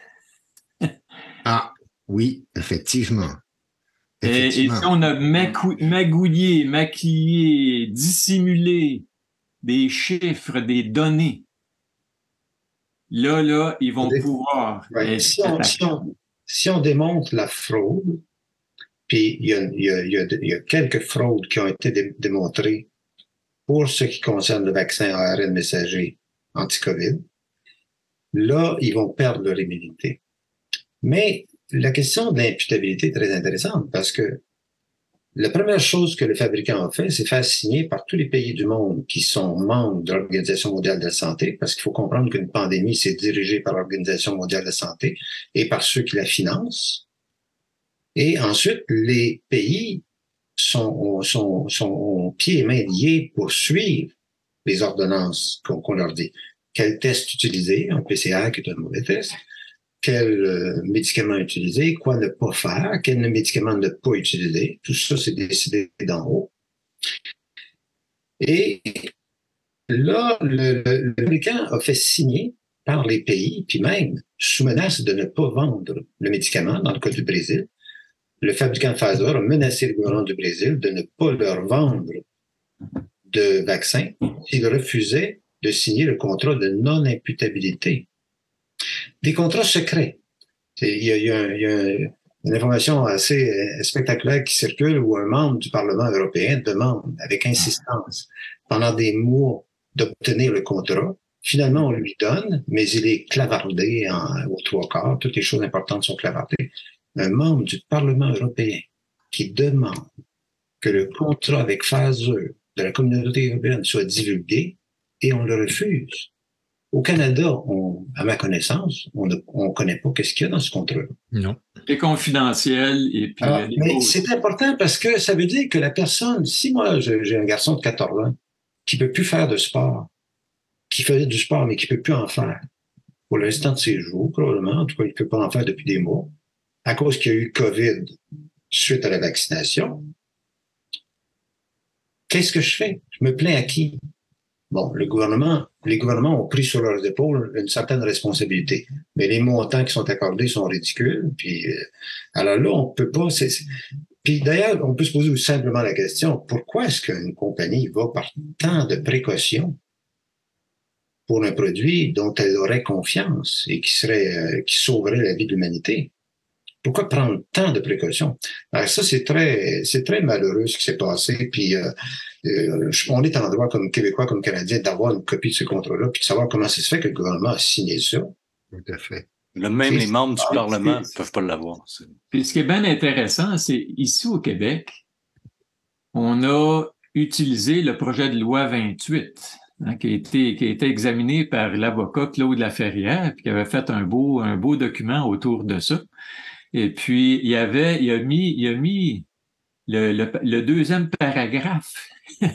Ah, oui, effectivement. Et si on a magouillé, maquillé, dissimulé des chiffres, des données, là, ils vont pouvoir... Ouais. Si on démontre la fraude, puis il y a quelques fraudes qui ont été démontrées pour ce qui concerne le vaccin ARN messager anti-COVID, là, ils vont perdre leur immunité. Mais la question de l'imputabilité est très intéressante parce que la première chose que le fabricant a fait, c'est faire signer par tous les pays du monde qui sont membres de l'Organisation mondiale de la santé, parce qu'il faut comprendre qu'une pandémie, c'est dirigé par l'Organisation mondiale de la santé et par ceux qui la financent. Et ensuite, les pays sont pieds et mains liés pour suivre les ordonnances qu'on leur dit. Quel test utiliser? Un PCR qui est un mauvais test. Quel médicament utiliser, quoi ne pas faire, quel médicament ne pas utiliser. Tout ça, c'est décidé d'en haut. Et là, le fabricant a fait signer par les pays, puis même sous menace de ne pas vendre le médicament, dans le cas du Brésil, le fabricant Pfizer a menacé le gouvernement du Brésil de ne pas leur vendre de vaccin s'il refusait de signer le contrat de non-imputabilité. Des contrats secrets. Il y a une information assez spectaculaire qui circule où un membre du Parlement européen demande avec insistance pendant des mois d'obtenir le contrat. Finalement, on lui donne, mais il est clavardé aux 3/4. Toutes les choses importantes sont clavardées. Un membre du Parlement européen qui demande que le contrat avec Pfizer de la communauté européenne soit divulgué et on le refuse. Au Canada, à ma connaissance, on ne connaît pas qu'est-ce qu'il y a dans ce contrat. Non. C'est confidentiel et puis. Mais c'est important parce que ça veut dire que la personne, si moi j'ai un garçon de 14 ans qui peut plus faire de sport, qui faisait du sport mais qui peut plus en faire pour l'instant de ses jours, probablement, en tout cas il peut pas en faire depuis des mois, à cause qu'il y a eu COVID suite à la vaccination, qu'est-ce que je fais? Je me plains à qui? Bon, les gouvernements ont pris sur leurs épaules une certaine responsabilité, mais les montants qui sont accordés sont ridicules. Puis, alors là, on peut pas. Puis d'ailleurs, on peut se poser simplement la question pourquoi est-ce qu'une compagnie va par tant de précautions pour un produit dont elle aurait confiance et qui sauverait la vie de l'humanité? Pourquoi prendre tant de précautions? Alors ça, c'est très malheureux ce qui s'est passé. Puis on est en droit comme Québécois, comme Canadiens, d'avoir une copie de ce contrat-là, puis de savoir comment ça se fait que le gouvernement a signé ça. Tout à fait. Même les membres du Parlement ne peuvent pas l'avoir. Puis ce qui est bien intéressant, c'est ici au Québec, on a utilisé le projet de loi 28, qui a été examiné par l'avocat Claude Laferrière, puis qui avait fait un beau document autour de ça. Et puis, il a mis le deuxième paragraphe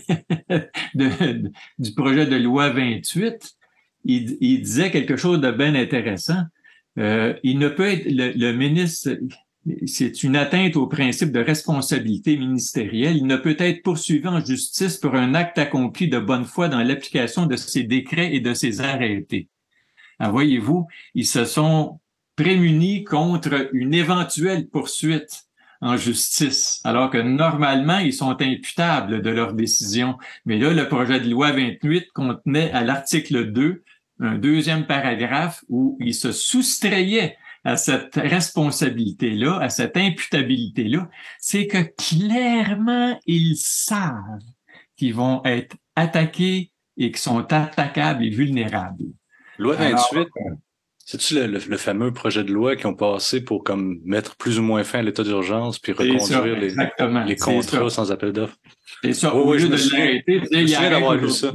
du projet de loi 28. Il disait quelque chose de bien intéressant. Il ne peut être, le ministre, c'est une atteinte au principe de responsabilité ministérielle. Il ne peut être poursuivi en justice pour un acte accompli de bonne foi dans l'application de ses décrets et de ses arrêtés. Alors, voyez-vous, ils se sont prémunis contre une éventuelle poursuite en justice, alors que normalement, ils sont imputables de leur décision. Mais là, le projet de loi 28 contenait à l'article 2 un deuxième paragraphe où ils se soustrayaient à cette responsabilité-là, à cette imputabilité-là. C'est que clairement, ils savent qu'ils vont être attaqués et qu'ils sont attaquables et vulnérables. Loi 28, c'est-tu le fameux projet de loi qui ont passé pour comme mettre plus ou moins fin à l'état d'urgence puis reconduire les contrats sans appel d'offres? C'est ça. Au lieu de l'arrêter, il y a d'avoir lu ça.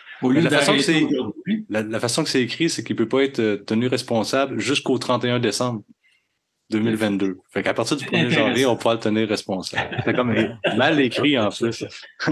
La la façon que c'est écrit, c'est qu'il peut pas être tenu responsable jusqu'au 31 décembre 2022. Fait qu'à partir du 1er janvier, on pourra le tenir responsable. C'est comme mal écrit en plus.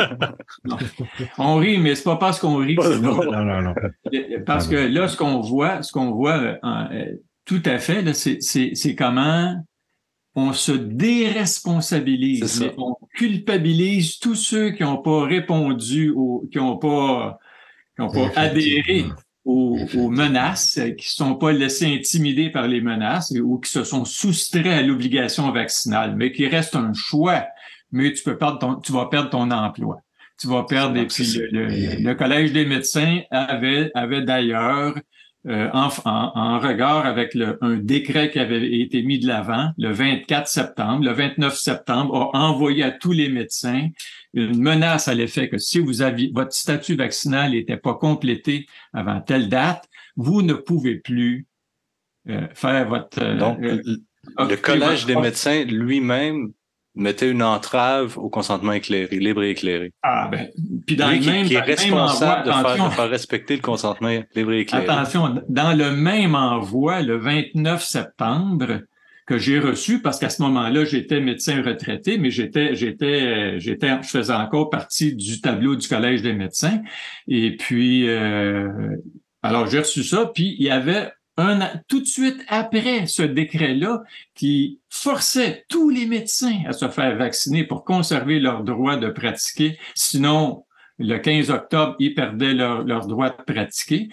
On rit, mais c'est pas parce qu'on rit que c'est non. Parce que là, ce qu'on voit tout à fait, là, c'est comment on se déresponsabilise, on culpabilise tous ceux qui n'ont pas répondu qui n'ont pas adhéré aux menaces, qui ne sont pas laissés intimider par les menaces ou qui se sont soustraits à l'obligation vaccinale, mais qui reste un choix. Mais tu vas perdre ton emploi. Tu vas perdre. Et puis le Collège des médecins avait d'ailleurs en regard avec un décret qui avait été mis de l'avant le 24 septembre. Le 29 septembre a envoyé à tous les médecins une menace à l'effet que si votre statut vaccinal n'était pas complété avant telle date, vous ne pouvez plus faire votre... Donc, le Collège des médecins lui-même mettait une entrave au consentement éclairé, libre et éclairé. Puis dans qui est responsable de faire respecter le consentement libre et éclairé. Attention, dans le même envoi, le 29 septembre, que j'ai reçu, parce qu'à ce moment-là, j'étais médecin retraité, mais je faisais encore partie du tableau du Collège des médecins. Et puis, alors j'ai reçu ça, puis il y avait tout de suite après ce décret-là qui forçait tous les médecins à se faire vacciner pour conserver leur droit de pratiquer. Sinon, le 15 octobre, ils perdaient leur droit de pratiquer.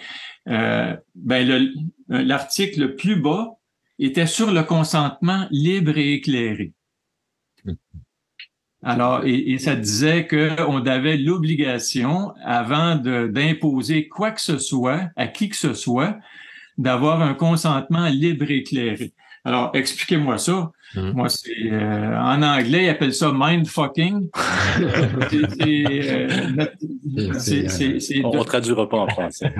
L'article le plus bas était sur le consentement libre et éclairé. Alors, et ça disait qu'on avait l'obligation, avant d'imposer quoi que ce soit, à qui que ce soit, d'avoir un consentement libre et éclairé. Alors, expliquez-moi ça. Moi, c'est en anglais, ils appellent ça mindfucking. On traduira pas en français.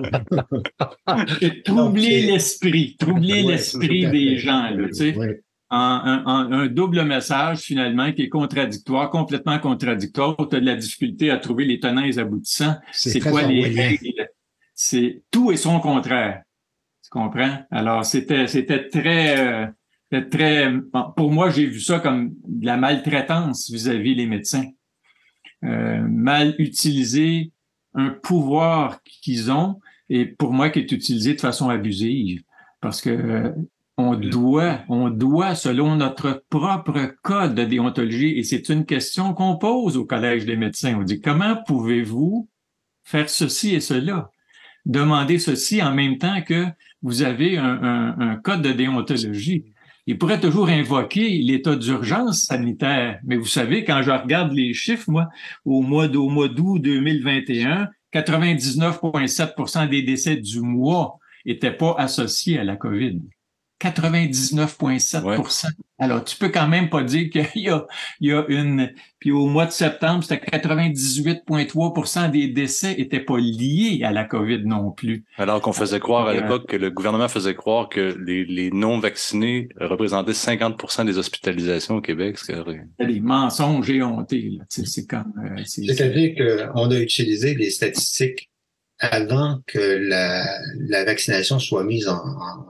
Troubler l'esprit des gens, là, tu sais. un double message, finalement, qui est contradictoire, complètement contradictoire. Tu as de la difficulté à trouver les tenants et les aboutissants. C'est quoi les règles? C'est tout et son contraire. Tu comprends? Alors, c'était très, pour moi, j'ai vu ça comme de la maltraitance vis-à-vis les médecins. Mal utiliser un pouvoir qu'ils ont et pour moi qui est utilisé de façon abusive. Parce que on doit, selon notre propre code de déontologie, et c'est une question qu'on pose au Collège des médecins. On dit, comment pouvez-vous faire ceci et cela? Demander ceci en même temps que vous avez un code de déontologie. Il pourrait toujours invoquer l'état d'urgence sanitaire. Mais vous savez, quand je regarde les chiffres, moi, au mois d'août 2021, 99,7% des décès du mois n'étaient pas associés à la COVID. 99,7%. Ouais. Alors, tu peux quand même pas dire qu'il y a une... Puis au mois de septembre, c'était 98,3% des décès n'étaient pas liés à la COVID non plus. Alors qu'on faisait croire à l'époque, que le gouvernement faisait croire que les non-vaccinés représentaient 50% des hospitalisations au Québec. C'est des mensonges éhontés. Là. C'est comme... C'est-à-dire qu'on a utilisé les statistiques avant que la vaccination soit mise en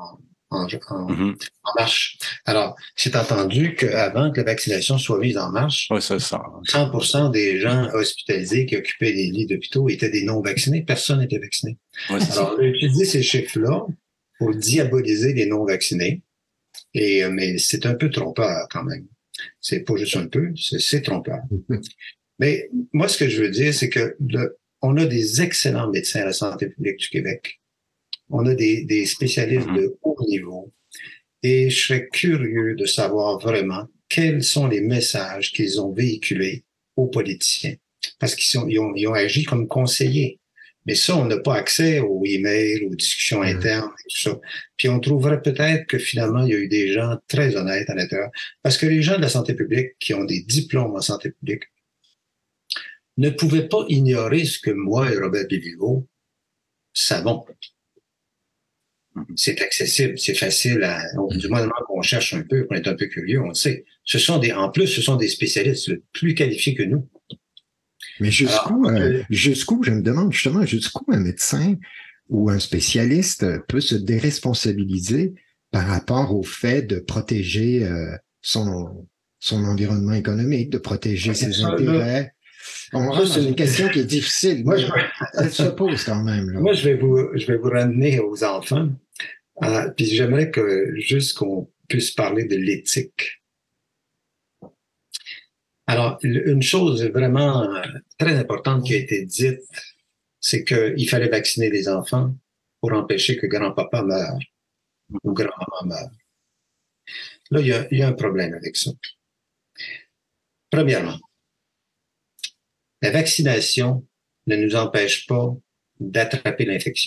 marche. Alors, c'est entendu qu'avant que la vaccination soit mise en marche, 100% des gens hospitalisés qui occupaient les lits d'hôpitaux étaient des non-vaccinés. Personne n'était vacciné. Ouais, alors, on a utilisé ces chiffres-là pour diaboliser les non-vaccinés. Mais c'est un peu trompeur quand même. C'est pas juste un peu, c'est trompeur. Mais moi, ce que je veux dire, c'est que on a des excellents médecins à la santé publique du Québec. On a des spécialistes de haut niveau et je serais curieux de savoir vraiment quels sont les messages qu'ils ont véhiculés aux politiciens parce qu'ils ont agi comme conseillers. Mais ça, on n'a pas accès aux emails, aux discussions internes et tout ça. Puis on trouverait peut-être que finalement, il y a eu des gens très honnêtes à l'intérieur. Parce que les gens de la santé publique qui ont des diplômes en santé publique ne pouvaient pas ignorer ce que moi et Robert Béliveau savons. C'est accessible, c'est facile du moins qu'on cherche un peu, qu'on est un peu curieux, on le sait. En plus, ce sont des spécialistes plus qualifiés que nous. Mais jusqu'où, je me demande justement, jusqu'où un médecin ou un spécialiste peut se déresponsabiliser par rapport au fait de protéger son environnement économique, de protéger ses intérêts. C'est une question qui est difficile. Moi, ça se pose quand même. Là. Moi, je vais vous ramener aux enfants. Puis j'aimerais qu'on puisse parler de l'éthique. Alors, une chose vraiment très importante qui a été dite, c'est qu'il fallait vacciner les enfants pour empêcher que grand-papa meure ou grand-maman meure. Là, il y a un problème avec ça. Premièrement, la vaccination ne nous empêche pas d'attraper l'infection.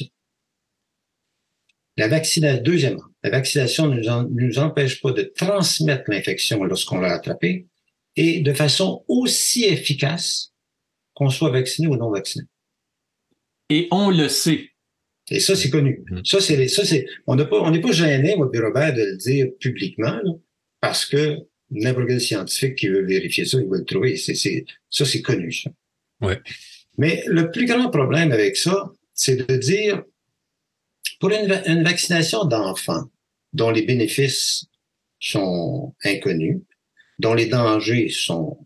Deuxièmement, la vaccination ne nous empêche pas de transmettre l'infection lorsqu'on l'a attrapée et de façon aussi efficace qu'on soit vacciné ou non vacciné. Et on le sait. Et ça, c'est connu. On n'est pas gêné, moi et Robert, de le dire publiquement, là, parce que n'importe quel scientifique qui veut vérifier ça, il va le trouver. Ça, c'est connu, ça. Ouais. Mais le plus grand problème avec ça, c'est de dire, pour une vaccination d'enfants dont les bénéfices sont inconnus, dont les dangers sont,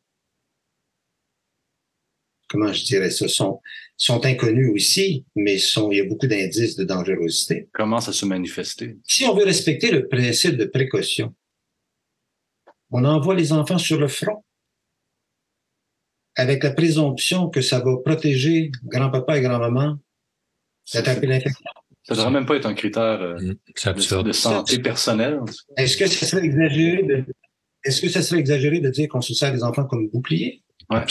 comment je dirais ça, sont inconnus aussi, mais il y a beaucoup d'indices de dangerosité. Comment ça se manifester? Si on veut respecter le principe de précaution, on envoie les enfants sur le front avec la présomption que ça va protéger grand-papa et grand-maman d'attraper l'infection. Ça ne devrait même pas être un critère de santé personnelle. Est-ce que ça serait exagéré de dire qu'on se sert des enfants comme boucliers? Ouais,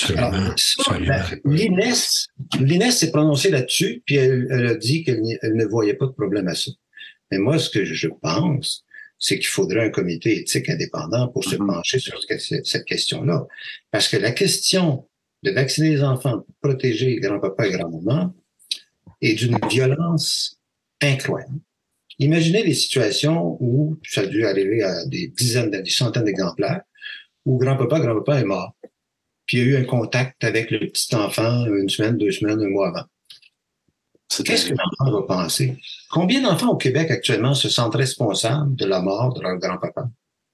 L'INES s'est prononcée là-dessus, puis elle a dit qu'elle ne voyait pas de problème à ça. Mais moi, ce que je pense, c'est qu'il faudrait un comité éthique indépendant pour se pencher sur cette question-là. Parce que la question de vacciner les enfants pour protéger grand-papa et grand-maman est d'une violence incroyable. Imaginez les situations où ça a dû arriver à des centaines d'exemplaires, où grand-papa est mort. Puis il y a eu un contact avec le petit enfant 1 semaine, 2 semaines, 1 mois avant. Qu'est-ce que l'enfant va penser? Combien d'enfants au Québec actuellement se sentent responsables de la mort de leur grand-papa?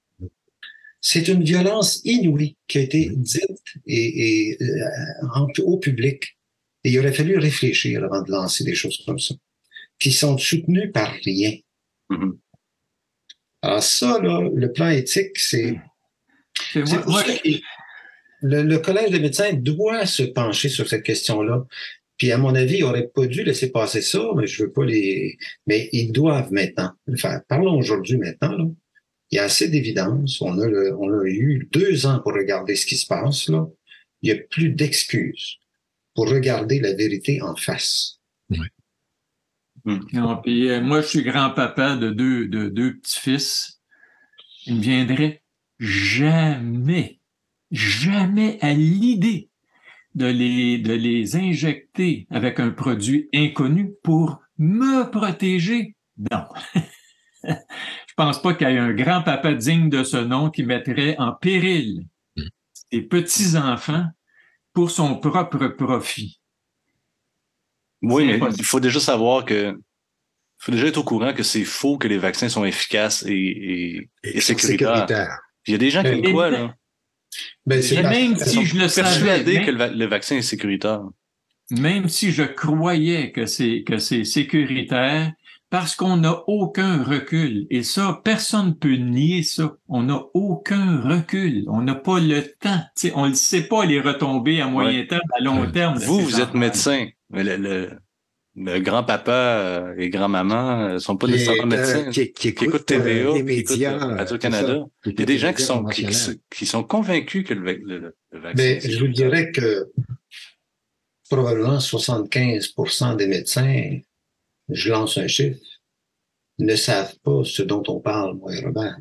C'est une violence inouïe qui a été dite au public. Et il aurait fallu réfléchir avant de lancer des choses comme ça, qui sont soutenues par rien. Mm-hmm. Alors ça, là, le plan éthique, c'est pour ça que le Collège des médecins doit se pencher sur cette question-là. Puis, à mon avis, ils n'auraient pas dû laisser passer ça, mais je veux pas mais ils doivent maintenant le faire. Parlons aujourd'hui maintenant, là. Il y a assez d'évidence. On a eu 2 ans pour regarder ce qui se passe, là. Il n'y a plus d'excuses pour regarder la vérité en face. Oui. Non, puis, moi, je suis grand-papa de deux petits-fils. Il ne me viendrait jamais à l'idée de les injecter avec un produit inconnu pour me protéger. Non. Je pense pas qu'il y ait un grand-papa digne de ce nom qui mettrait en péril ses petits-enfants pour son propre profit. Oui, mais il faut déjà savoir il faut déjà être au courant que c'est faux que les vaccins sont efficaces et sécuritaires. Il y a des gens qui croient, là. Même si je le savais, que le vaccin est sécuritaire. Même si je croyais que c'est sécuritaire, parce qu'on n'a aucun recul. Et ça, personne ne peut nier ça. On n'a aucun recul. On n'a pas le temps. T'sais, on ne sait pas les retombées à moyen terme, à long terme. Vous êtes médecin. Mais le grand-papa et grand-maman ne sont pas nécessairement médecins. Qui écoutent TVA, les médias, Radio-Canada. Il y a des gens qui sont convaincus que le vaccin... Mais je vous dirais que probablement 75% des médecins, je lance un chiffre, ne savent pas ce dont on parle, moi et Robert.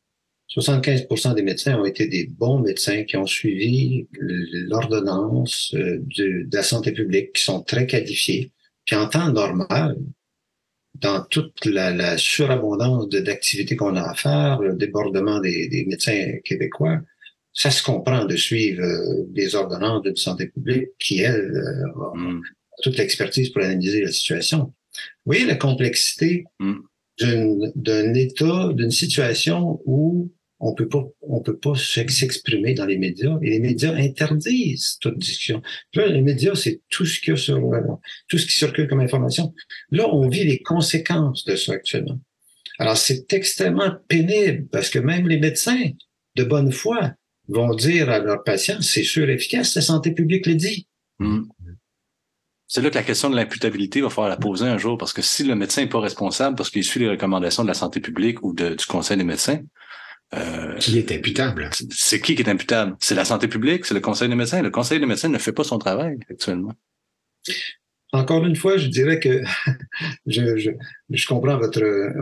75% des médecins ont été des bons médecins qui ont suivi l'ordonnance de la santé publique, qui sont très qualifiés. Puis en temps normal, dans toute la surabondance d'activités qu'on a à faire, le débordement des médecins québécois, ça se comprend de suivre des ordonnances d'une santé publique qui, elle, a toute l'expertise pour analyser la situation. Vous voyez la complexité d'un état, d'une situation où on peut pas s'exprimer dans les médias et les médias interdisent toute discussion. Là, les médias, c'est tout ce qu'il y a tout ce qui circule comme information. Là, on vit les conséquences de ça actuellement. Alors, c'est extrêmement pénible parce que même les médecins de bonne foi vont dire à leurs patients, c'est sûr et efficace, la santé publique le dit. C'est là que la question de l'imputabilité va falloir la poser un jour, parce que si le médecin n'est pas responsable parce qu'il suit les recommandations de la santé publique ou du Conseil des médecins, qui est imputable? C'est qui est imputable? C'est la santé publique? C'est le Conseil des médecins? Le Conseil des médecins ne fait pas son travail actuellement. Encore une fois, je dirais que je comprends votre...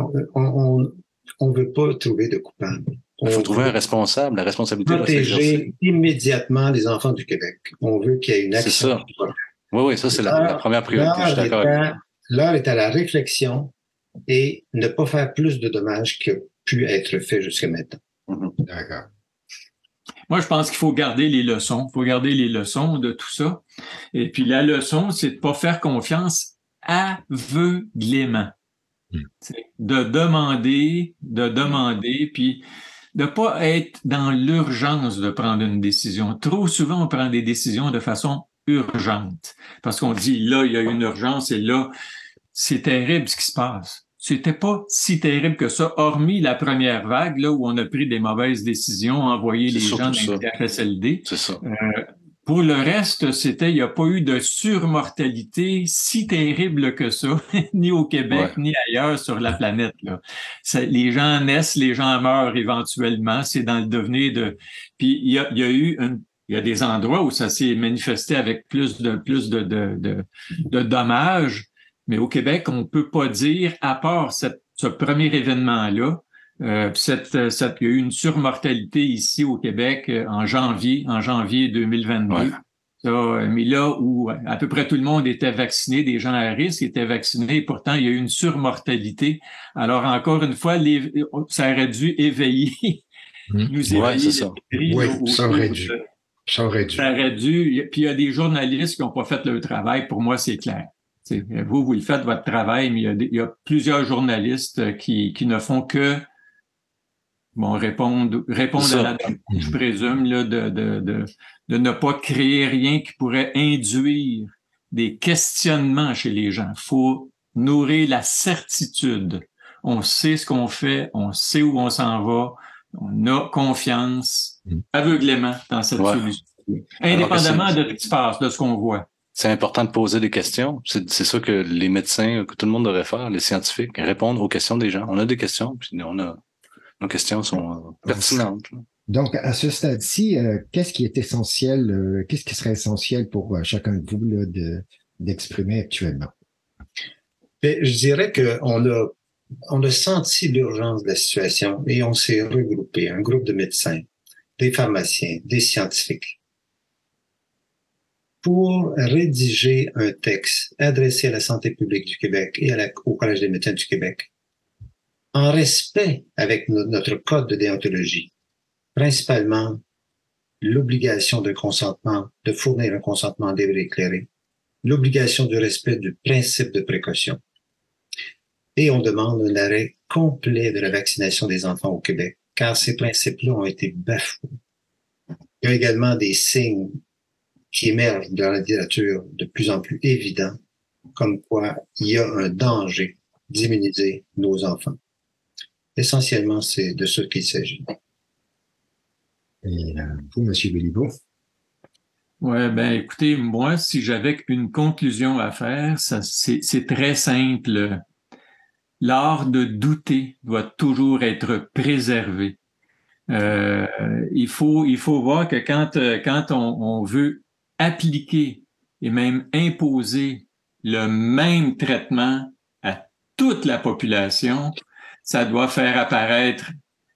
On veut pas trouver de coupable. Il faut trouver un responsable. La responsabilité doit s'exercer. Protéger immédiatement les enfants du Québec. On veut qu'il y ait une action. C'est ça. Oui, ça, c'est la première priorité. Je suis d'accord avec vous. L'heure est à la réflexion et ne pas faire plus de dommages qui a pu être fait jusqu'à maintenant. D'accord. Moi, je pense qu'il faut garder les leçons. Il faut garder les leçons de tout ça. Et puis, la leçon, c'est de pas faire confiance aveuglément. De demander, puis de pas être dans l'urgence de prendre une décision. Trop souvent, on prend des décisions de façon urgente. Parce qu'on dit, là, il y a une urgence et là, c'est terrible ce qui se passe. C'était pas si terrible que ça, hormis la première vague, là, où on a pris des mauvaises décisions, envoyé les gens dans les CHSLD. C'est ça. Pour le reste, il n'y a pas eu de surmortalité si terrible que ça, ni au Québec, ni ailleurs sur la planète, là. Les gens naissent, les gens meurent éventuellement, c'est dans le devenir de... Puis il y a des endroits où ça s'est manifesté avec plus de dommages, mais au Québec, on peut pas dire, à part ce premier événement-là, il y a eu une surmortalité ici au Québec en janvier 2022. Mais là où à peu près tout le monde était vacciné, des gens à risque étaient vaccinés, et pourtant il y a eu une surmortalité. Alors encore une fois, ça aurait dû éveiller, nous éveiller c'est ça. Oui, ça aurait dû. Ça aurait dû. Ça aurait dû. Puis il y a des journalistes qui n'ont pas fait leur travail. Pour moi, c'est clair. Vous le faites votre travail, mais il y a plusieurs journalistes qui ne font que répondre à la demande, je présume, là, de ne pas créer rien qui pourrait induire des questionnements chez les gens. Il faut nourrir la certitude. On sait ce qu'on fait, on sait où on s'en va, on a confiance aveuglément dans cette solution. Indépendamment de ce qui se passe, de ce qu'on voit. C'est important de poser des questions. C'est ça que les médecins, que tout le monde devrait faire, les scientifiques, répondre aux questions des gens. On a des questions, puis nos questions sont pertinentes. Donc, à ce stade-ci, qu'est-ce qui est essentiel, qu'est-ce qui serait essentiel pour chacun de vous là, d'exprimer actuellement? Mais je dirais qu'on a senti l'urgence de la situation et on s'est regroupé, un groupe de médecins, des pharmaciens, des scientifiques, pour rédiger un texte adressé à la santé publique du Québec et au Collège des médecins du Québec, en respect avec notre code de déontologie, principalement l'obligation de consentement, de fournir un consentement libre et éclairé, l'obligation du respect du principe de précaution. Et on demande l'arrêt complet de la vaccination des enfants au Québec, car ces principes-là ont été bafoués. Il y a également des signes qui émergent dans la littérature de plus en plus évidents, comme quoi il y a un danger d'immuniser nos enfants. Essentiellement, c'est de ce qu'il s'agit. Et vous, M. Béliveau? Ouais, écoutez, moi, si j'avais une conclusion à faire, c'est très simple. L'art de douter doit toujours être préservé. Il faut voir que quand on veut appliquer et même imposer le même traitement à toute la population, ça doit faire apparaître,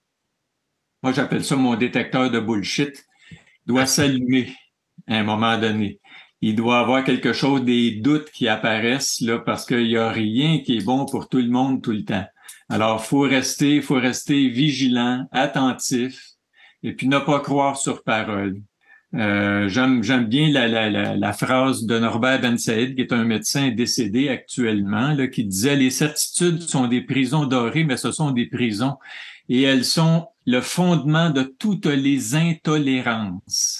moi j'appelle ça mon détecteur de bullshit, doit s'allumer à un moment donné. Il doit y avoir quelque chose, des doutes qui apparaissent là, parce qu'il n'y a rien qui est bon pour tout le monde tout le temps. Alors, faut rester vigilant, attentif, et puis ne pas croire sur parole. J'aime bien la phrase de Norbert Ben Saïd, qui est un médecin décédé actuellement, là, qui disait « Les certitudes sont des prisons dorées, mais ce sont des prisons, et elles sont le fondement de toutes les intolérances. »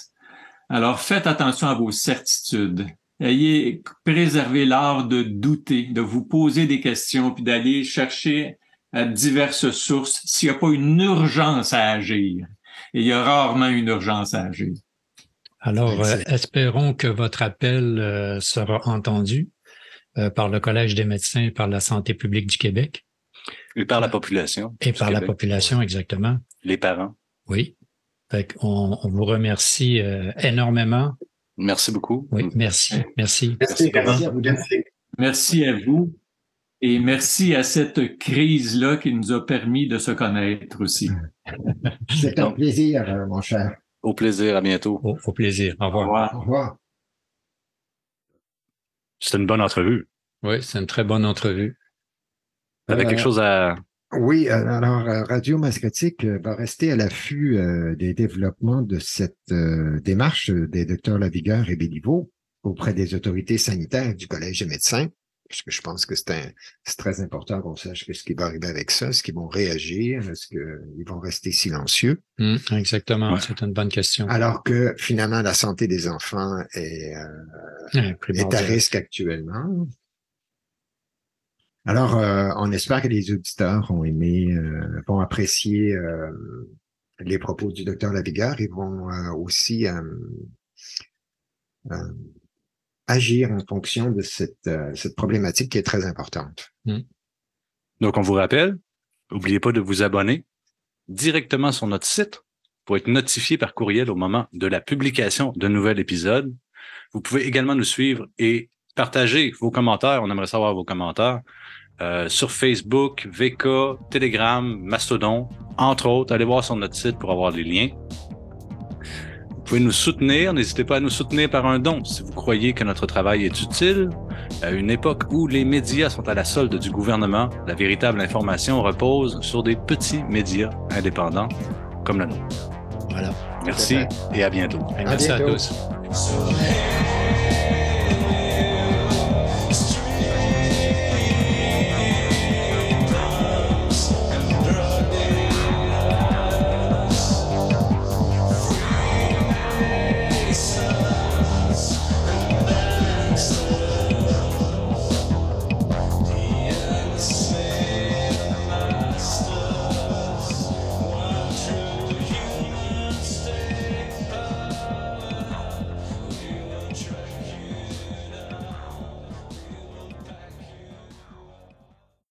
Alors, faites attention à vos certitudes. Préservez l'art de douter, de vous poser des questions, puis d'aller chercher à diverses sources s'il n'y a pas une urgence à agir. Et il y a rarement une urgence à agir. Alors, espérons que votre appel sera entendu par le Collège des médecins et par la santé publique du Québec. Et par la population. Et par la population, exactement. Les parents. Oui. Fait qu'on vous remercie énormément. Merci beaucoup. Oui, merci. Merci à vous. Merci à vous. Et merci à cette crise-là qui nous a permis de se connaître aussi. C'est un plaisir, mon cher. Au plaisir, à bientôt. Au plaisir. Au revoir. Au revoir. Au revoir. C'était une bonne entrevue. Oui, c'est une très bonne entrevue. Avec quelque chose à... Oui, alors Radio Mascotique va rester à l'affût des développements de cette démarche des docteurs Lavigueur et Béliveau auprès des autorités sanitaires du Collège des médecins, parce que je pense que c'est très important qu'on sache ce qui va arriver avec ça, est-ce qu'ils vont réagir, est-ce qu'ils vont rester silencieux. Exactement, ouais. C'est une bonne question. Alors que finalement, la santé des enfants est à risque actuellement. Alors, on espère que les auditeurs vont apprécier les propos du docteur Lavigueur et vont aussi agir en fonction de cette problématique qui est très importante. Donc, on vous rappelle, n'oubliez pas de vous abonner directement sur notre site pour être notifié par courriel au moment de la publication d'un nouvel épisode. Vous pouvez également nous suivre et partager vos commentaires. On aimerait savoir vos commentaires. Sur Facebook, VK, Telegram, Mastodon, entre autres. Allez voir sur notre site pour avoir les liens. Vous pouvez nous soutenir. N'hésitez pas à nous soutenir par un don si vous croyez que notre travail est utile. À une époque où les médias sont à la solde du gouvernement, la véritable information repose sur des petits médias indépendants comme le nôtre. Voilà. Merci et à bientôt. Merci à bientôt. tous.